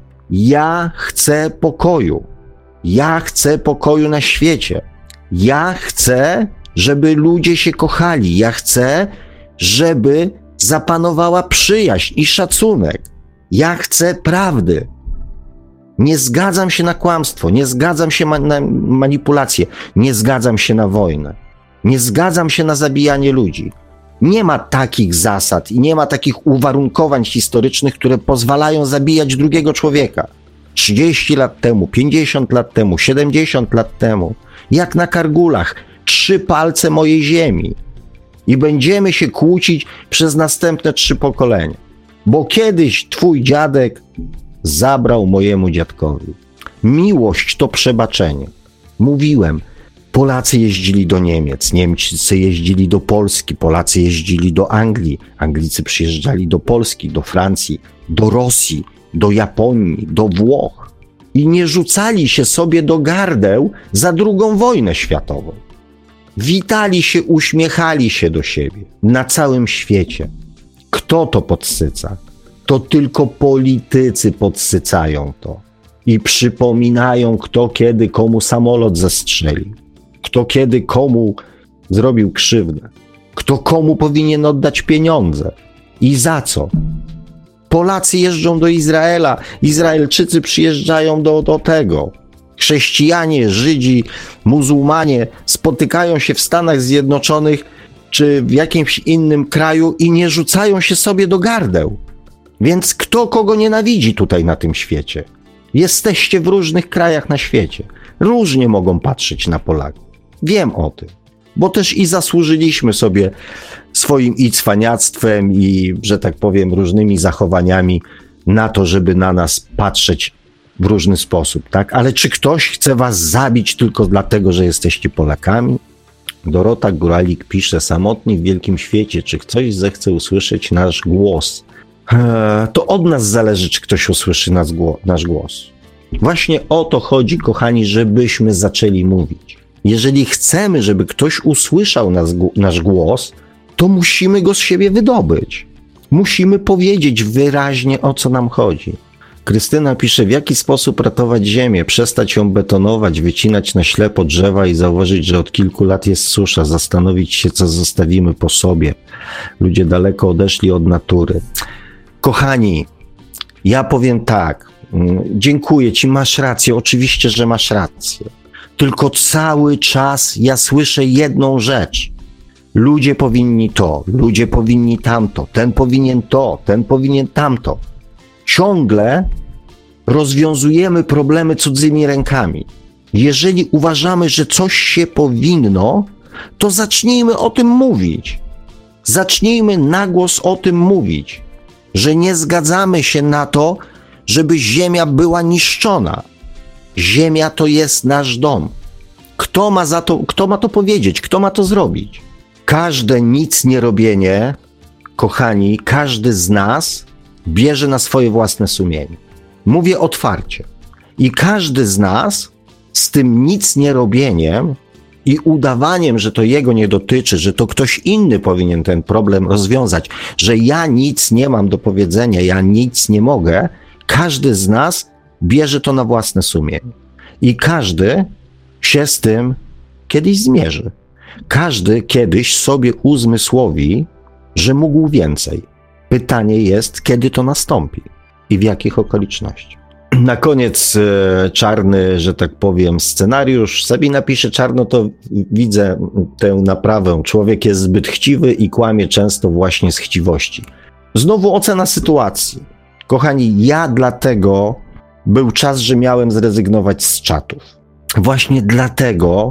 ja chcę pokoju. Ja chcę pokoju na świecie. Ja chcę, żeby ludzie się kochali. Ja chcę, żeby zapanowała przyjaźń i szacunek. Ja chcę prawdy. Nie zgadzam się na kłamstwo, nie zgadzam się ma- na manipulację, nie zgadzam się na wojnę. Nie zgadzam się na zabijanie ludzi. Nie ma takich zasad i nie ma takich uwarunkowań historycznych, które pozwalają zabijać drugiego człowieka. trzydzieści lat temu, pięćdziesiąt lat temu, siedemdziesiąt lat temu, jak na Kargulach, trzy palce mojej ziemi. I będziemy się kłócić przez następne trzy pokolenia. Bo kiedyś twój dziadek zabrał mojemu dziadkowi. Miłość to przebaczenie. Mówiłem, Polacy jeździli do Niemiec, Niemcy jeździli do Polski, Polacy jeździli do Anglii, Anglicy przyjeżdżali do Polski, do Francji, do Rosji, do Japonii, do Włoch i nie rzucali się sobie do gardeł za drugą wojnę światową. Witali się, uśmiechali się do siebie na całym świecie. Kto to podsyca? To tylko politycy podsycają to i przypominają, kto kiedy komu samolot zestrzelił, kto kiedy komu zrobił krzywdę, kto komu powinien oddać pieniądze i za co. Polacy jeżdżą do Izraela, Izraelczycy przyjeżdżają do, do tego. Chrześcijanie, Żydzi, muzułmanie spotykają się w Stanach Zjednoczonych czy w jakimś innym kraju i nie rzucają się sobie do gardeł. Więc kto kogo nienawidzi tutaj na tym świecie? Jesteście w różnych krajach na świecie. Różnie mogą patrzeć na Polaków. Wiem o tym, bo też i zasłużyliśmy sobie swoim i cwaniactwem i, że tak powiem, różnymi zachowaniami na to, żeby na nas patrzeć w różny sposób, tak? Ale czy ktoś chce was zabić tylko dlatego, że jesteście Polakami? Dorota Góralik pisze, samotni w wielkim świecie, czy ktoś zechce usłyszeć nasz głos? Eee, to od nas zależy, czy ktoś usłyszy nas, nasz głos. Właśnie o to chodzi, kochani, żebyśmy zaczęli mówić. Jeżeli chcemy, żeby ktoś usłyszał nas, nasz głos, to musimy go z siebie wydobyć. Musimy powiedzieć wyraźnie, o co nam chodzi. Krystyna pisze, w jaki sposób ratować ziemię, przestać ją betonować, wycinać na ślepo drzewa i zauważyć, że od kilku lat jest susza, zastanowić się, co zostawimy po sobie. Ludzie daleko odeszli od natury. Kochani, ja powiem tak, dziękuję ci, masz rację, oczywiście, że masz rację. Tylko cały czas ja słyszę jedną rzecz. Ludzie powinni to, ludzie powinni tamto, ten powinien to, ten powinien tamto. Ciągle rozwiązujemy problemy cudzymi rękami. Jeżeli uważamy, że coś się powinno, to zacznijmy o tym mówić. Zacznijmy na głos o tym mówić, że nie zgadzamy się na to, żeby ziemia była niszczona. Ziemia to jest nasz dom. Kto ma za to, kto ma to powiedzieć? Kto ma to zrobić? Każde nic nie robienie, kochani, każdy z nas bierze na swoje własne sumienie. Mówię otwarcie. I każdy z nas z tym nic nie robieniem i udawaniem, że to jego nie dotyczy, że to ktoś inny powinien ten problem rozwiązać, że ja nic nie mam do powiedzenia, ja nic nie mogę, każdy z nas bierze to na własne sumienie. I każdy się z tym kiedyś zmierzy. Każdy kiedyś sobie uzmysłowi, że mógł więcej. Pytanie jest, kiedy to nastąpi i w jakich okolicznościach. Na koniec e, czarny, że tak powiem, scenariusz. Sabina pisze, czarno to widzę tę naprawę. Człowiek jest zbyt chciwy i kłamie często właśnie z chciwości. Znowu ocena sytuacji. Kochani, ja dlatego był czas, że miałem zrezygnować z czatów. Właśnie dlatego,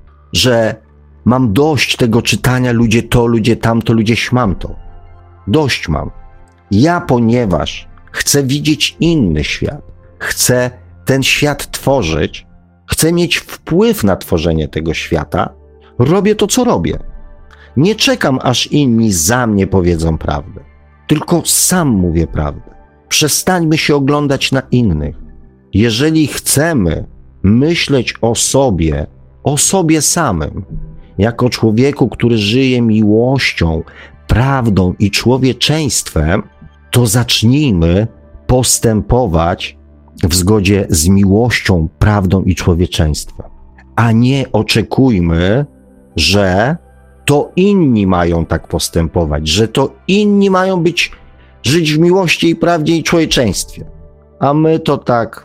że mam dość tego czytania, ludzie to, ludzie tamto, ludzie śmamto. Dość mam. Ja, ponieważ chcę widzieć inny świat, chcę ten świat tworzyć, chcę mieć wpływ na tworzenie tego świata, robię to, co robię. Nie czekam, aż inni za mnie powiedzą prawdę, tylko sam mówię prawdę. Przestańmy się oglądać na innych. Jeżeli chcemy myśleć o sobie, o sobie samym, jako człowieku, który żyje miłością, prawdą i człowieczeństwem, to zacznijmy postępować w zgodzie z miłością, prawdą i człowieczeństwem, a nie oczekujmy, że to inni mają tak postępować, że to inni mają być, żyć w miłości i prawdzie i człowieczeństwie, a my to tak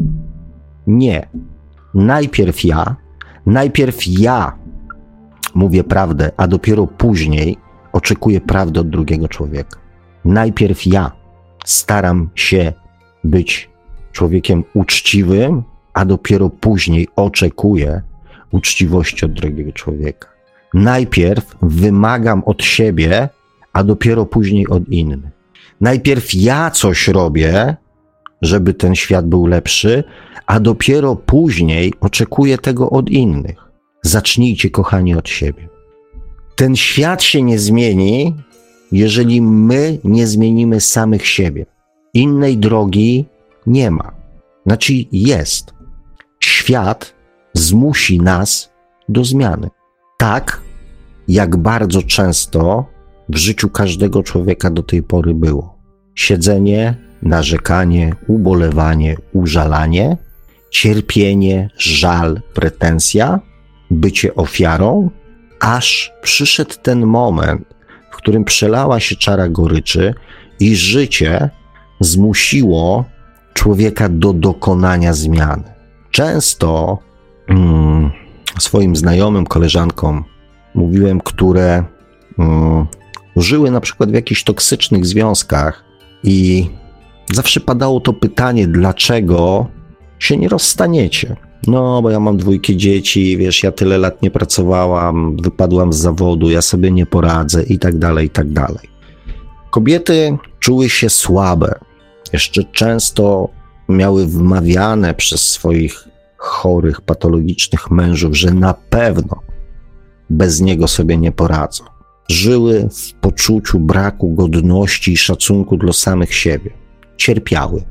nie. Najpierw ja, najpierw ja mówię prawdę, a dopiero później oczekuję prawdy od drugiego człowieka. Najpierw ja staram się być człowiekiem uczciwym, a dopiero później oczekuję uczciwości od drugiego człowieka. Najpierw wymagam od siebie, a dopiero później od innych. Najpierw ja coś robię, żeby ten świat był lepszy, a dopiero później oczekuje tego od innych. Zacznijcie, kochani, od siebie. Ten świat się nie zmieni, jeżeli my nie zmienimy samych siebie. Innej drogi nie ma. Znaczy jest. Świat zmusi nas do zmiany. Tak, jak bardzo często w życiu każdego człowieka do tej pory było. Siedzenie, narzekanie, ubolewanie, użalanie, cierpienie, żal, pretensja, bycie ofiarą, aż przyszedł ten moment, w którym przelała się czara goryczy i życie zmusiło człowieka do dokonania zmiany. Często mm, swoim znajomym, koleżankom mówiłem, które mm, żyły na przykład w jakichś toksycznych związkach i zawsze padało to pytanie, dlaczego się nie rozstaniecie? No, bo ja mam dwójkę dzieci, wiesz, ja tyle lat nie pracowałam, wypadłam z zawodu, ja sobie nie poradzę i tak dalej, i tak dalej. Kobiety czuły się słabe. Jeszcze często miały wmawiane przez swoich chorych, patologicznych mężów, że na pewno bez niego sobie nie poradzą. Żyły w poczuciu braku godności i szacunku dla samych siebie. Cierpiały.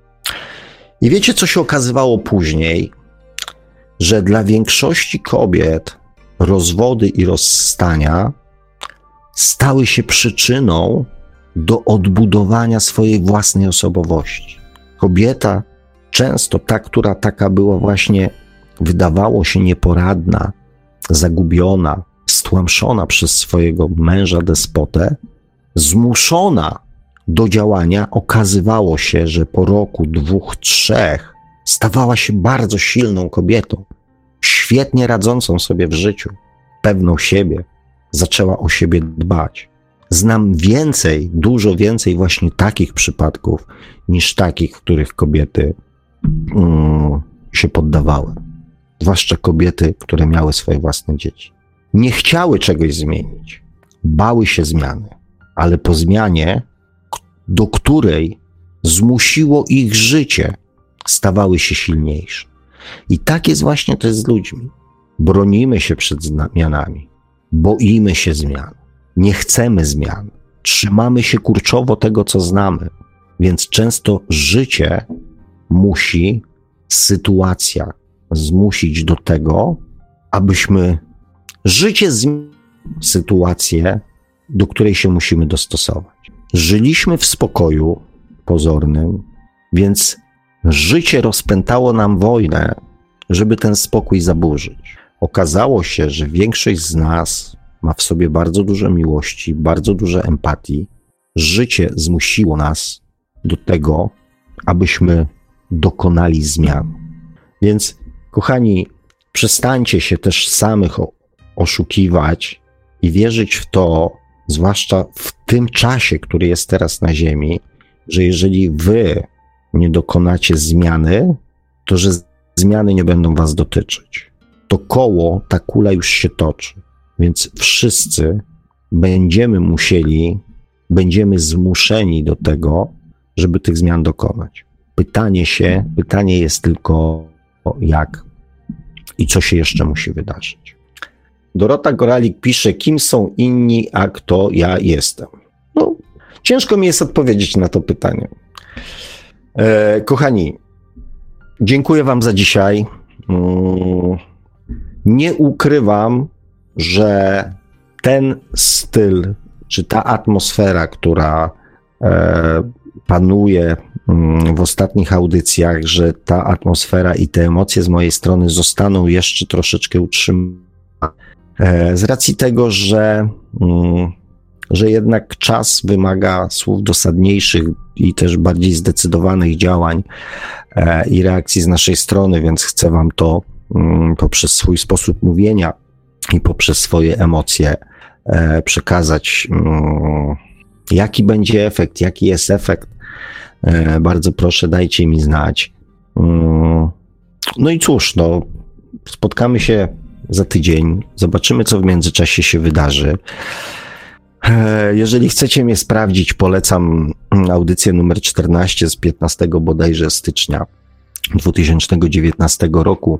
I wiecie, co się okazywało później? Że dla większości kobiet rozwody i rozstania stały się przyczyną do odbudowania swojej własnej osobowości. Kobieta, często ta, która taka była właśnie, wydawało się nieporadna, zagubiona, stłamszona przez swojego męża despotę, zmuszona do działania, okazywało się, że po roku, dwóch, trzech stawała się bardzo silną kobietą, świetnie radzącą sobie w życiu, pewną siebie, zaczęła o siebie dbać. Znam więcej, dużo więcej właśnie takich przypadków, niż takich, w których kobiety mm, się poddawały. Zwłaszcza kobiety, które miały swoje własne dzieci. Nie chciały czegoś zmienić, bały się zmiany, ale po zmianie, do której zmusiło ich życie, stawały się silniejsze. I tak jest właśnie to z ludźmi. Bronimy się przed zmianami, boimy się zmian, nie chcemy zmian, trzymamy się kurczowo tego, co znamy, więc często życie musi, sytuacja zmusić do tego, abyśmy życie zmieniło sytuację, do której się musimy dostosować. Żyliśmy w spokoju pozornym, więc życie rozpętało nam wojnę, żeby ten spokój zaburzyć. Okazało się, że większość z nas ma w sobie bardzo dużo miłości, bardzo dużo empatii. Życie zmusiło nas do tego, abyśmy dokonali zmian. Więc, kochani, przestańcie się też samych oszukiwać i wierzyć w to, zwłaszcza w tym czasie, który jest teraz na Ziemi, że jeżeli wy nie dokonacie zmiany, to że zmiany nie będą was dotyczyć. To koło, ta kula już się toczy, więc wszyscy będziemy musieli, będziemy zmuszeni do tego, żeby tych zmian dokonać. Pytanie się, pytanie jest tylko jak i co się jeszcze musi wydarzyć. Dorota Goralik pisze, kim są inni, a kto ja jestem? No, ciężko mi jest odpowiedzieć na to pytanie. E, kochani, dziękuję wam za dzisiaj. Mm, nie ukrywam, że ten styl, czy ta atmosfera, która e, panuje mm, w ostatnich audycjach, że ta atmosfera i te emocje z mojej strony zostaną jeszcze troszeczkę utrzymane. E, z racji tego, że, mm, że jednak czas wymaga słów dosadniejszych i też bardziej zdecydowanych działań e, i reakcji z naszej strony, więc chcę wam to mm, poprzez swój sposób mówienia i poprzez swoje emocje e, przekazać. Mm, jaki będzie efekt, jaki jest efekt, e, bardzo proszę, dajcie mi znać. Mm, no i cóż, no, spotkamy się za tydzień, zobaczymy, co w międzyczasie się wydarzy. Jeżeli chcecie mnie sprawdzić, polecam audycję numer czternaście z piętnastego bodajże stycznia dwa tysiące dziewiętnastego roku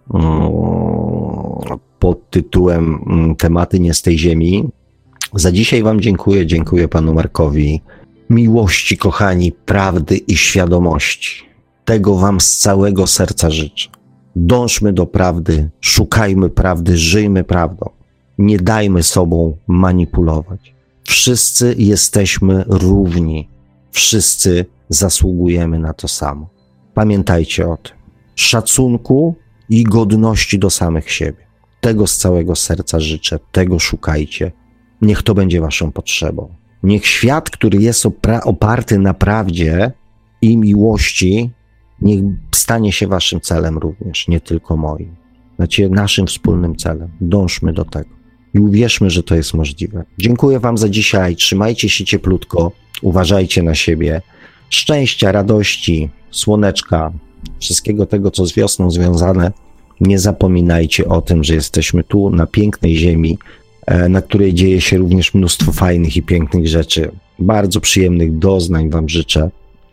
pod tytułem Tematy nie z tej ziemi. Za dzisiaj wam dziękuję, dziękuję panu Markowi. Miłości, kochani, prawdy i świadomości. Tego wam z całego serca życzę. Dążmy do prawdy, szukajmy prawdy, żyjmy prawdą. Nie dajmy sobą manipulować. Wszyscy jesteśmy równi. Wszyscy zasługujemy na to samo. Pamiętajcie o tym. Szacunku i godności do samych siebie. Tego z całego serca życzę, tego szukajcie. Niech to będzie waszą potrzebą. Niech świat, który jest opra- oparty na prawdzie i miłości, niech stanie się waszym celem również, nie tylko moim. Znaczy naszym wspólnym celem. Dążmy do tego i uwierzmy, że to jest możliwe. Dziękuję wam za dzisiaj. Trzymajcie się cieplutko. Uważajcie na siebie. Szczęścia, radości, słoneczka, wszystkiego tego, co z wiosną związane. Nie zapominajcie o tym, że jesteśmy tu na pięknej ziemi, na której dzieje się również mnóstwo fajnych i pięknych rzeczy. Bardzo przyjemnych doznań wam życzę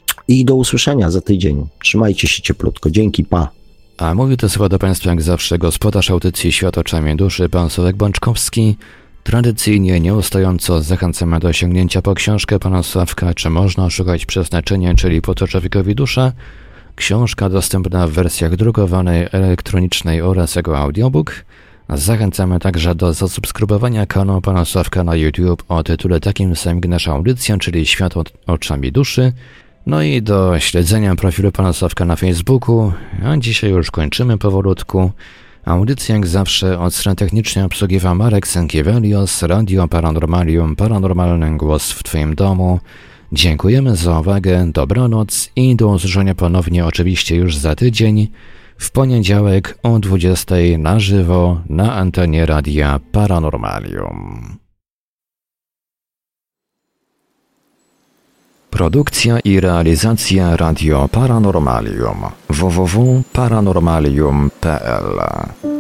i do usłyszenia za tydzień. Trzymajcie się cieplutko. Dzięki, pa. A mówi to słowa do Państwa jak zawsze gospodarz audycji Świat oczami duszy, pan Sławek Bączkowski. Tradycyjnie, nieustająco zachęcamy do sięgnięcia po książkę pana Sławka Czy można szukać przeznaczenia, czyli Po co człowiekowi dusza. Książka dostępna w wersjach drukowanej, elektronicznej oraz jako audiobook. Zachęcamy także do zasubskrybowania kanału pana Sławka na YouTube o tytule takim samym jak nasza audycja, czyli Świat oczami duszy. No i do śledzenia profilu pana Sławka na Facebooku, a dzisiaj już kończymy powolutku. Audycję jak zawsze od strony technicznej obsługiwał Marek Sękiewelios, Radio Paranormalium, paranormalny głos w twoim domu. Dziękujemy za uwagę, dobranoc i do usłyszenia ponownie oczywiście już za tydzień, w poniedziałek o dwudziestej na żywo na antenie Radia Paranormalium. Produkcja i realizacja Radio Paranormalium w w w kropka paranormalium kropka p l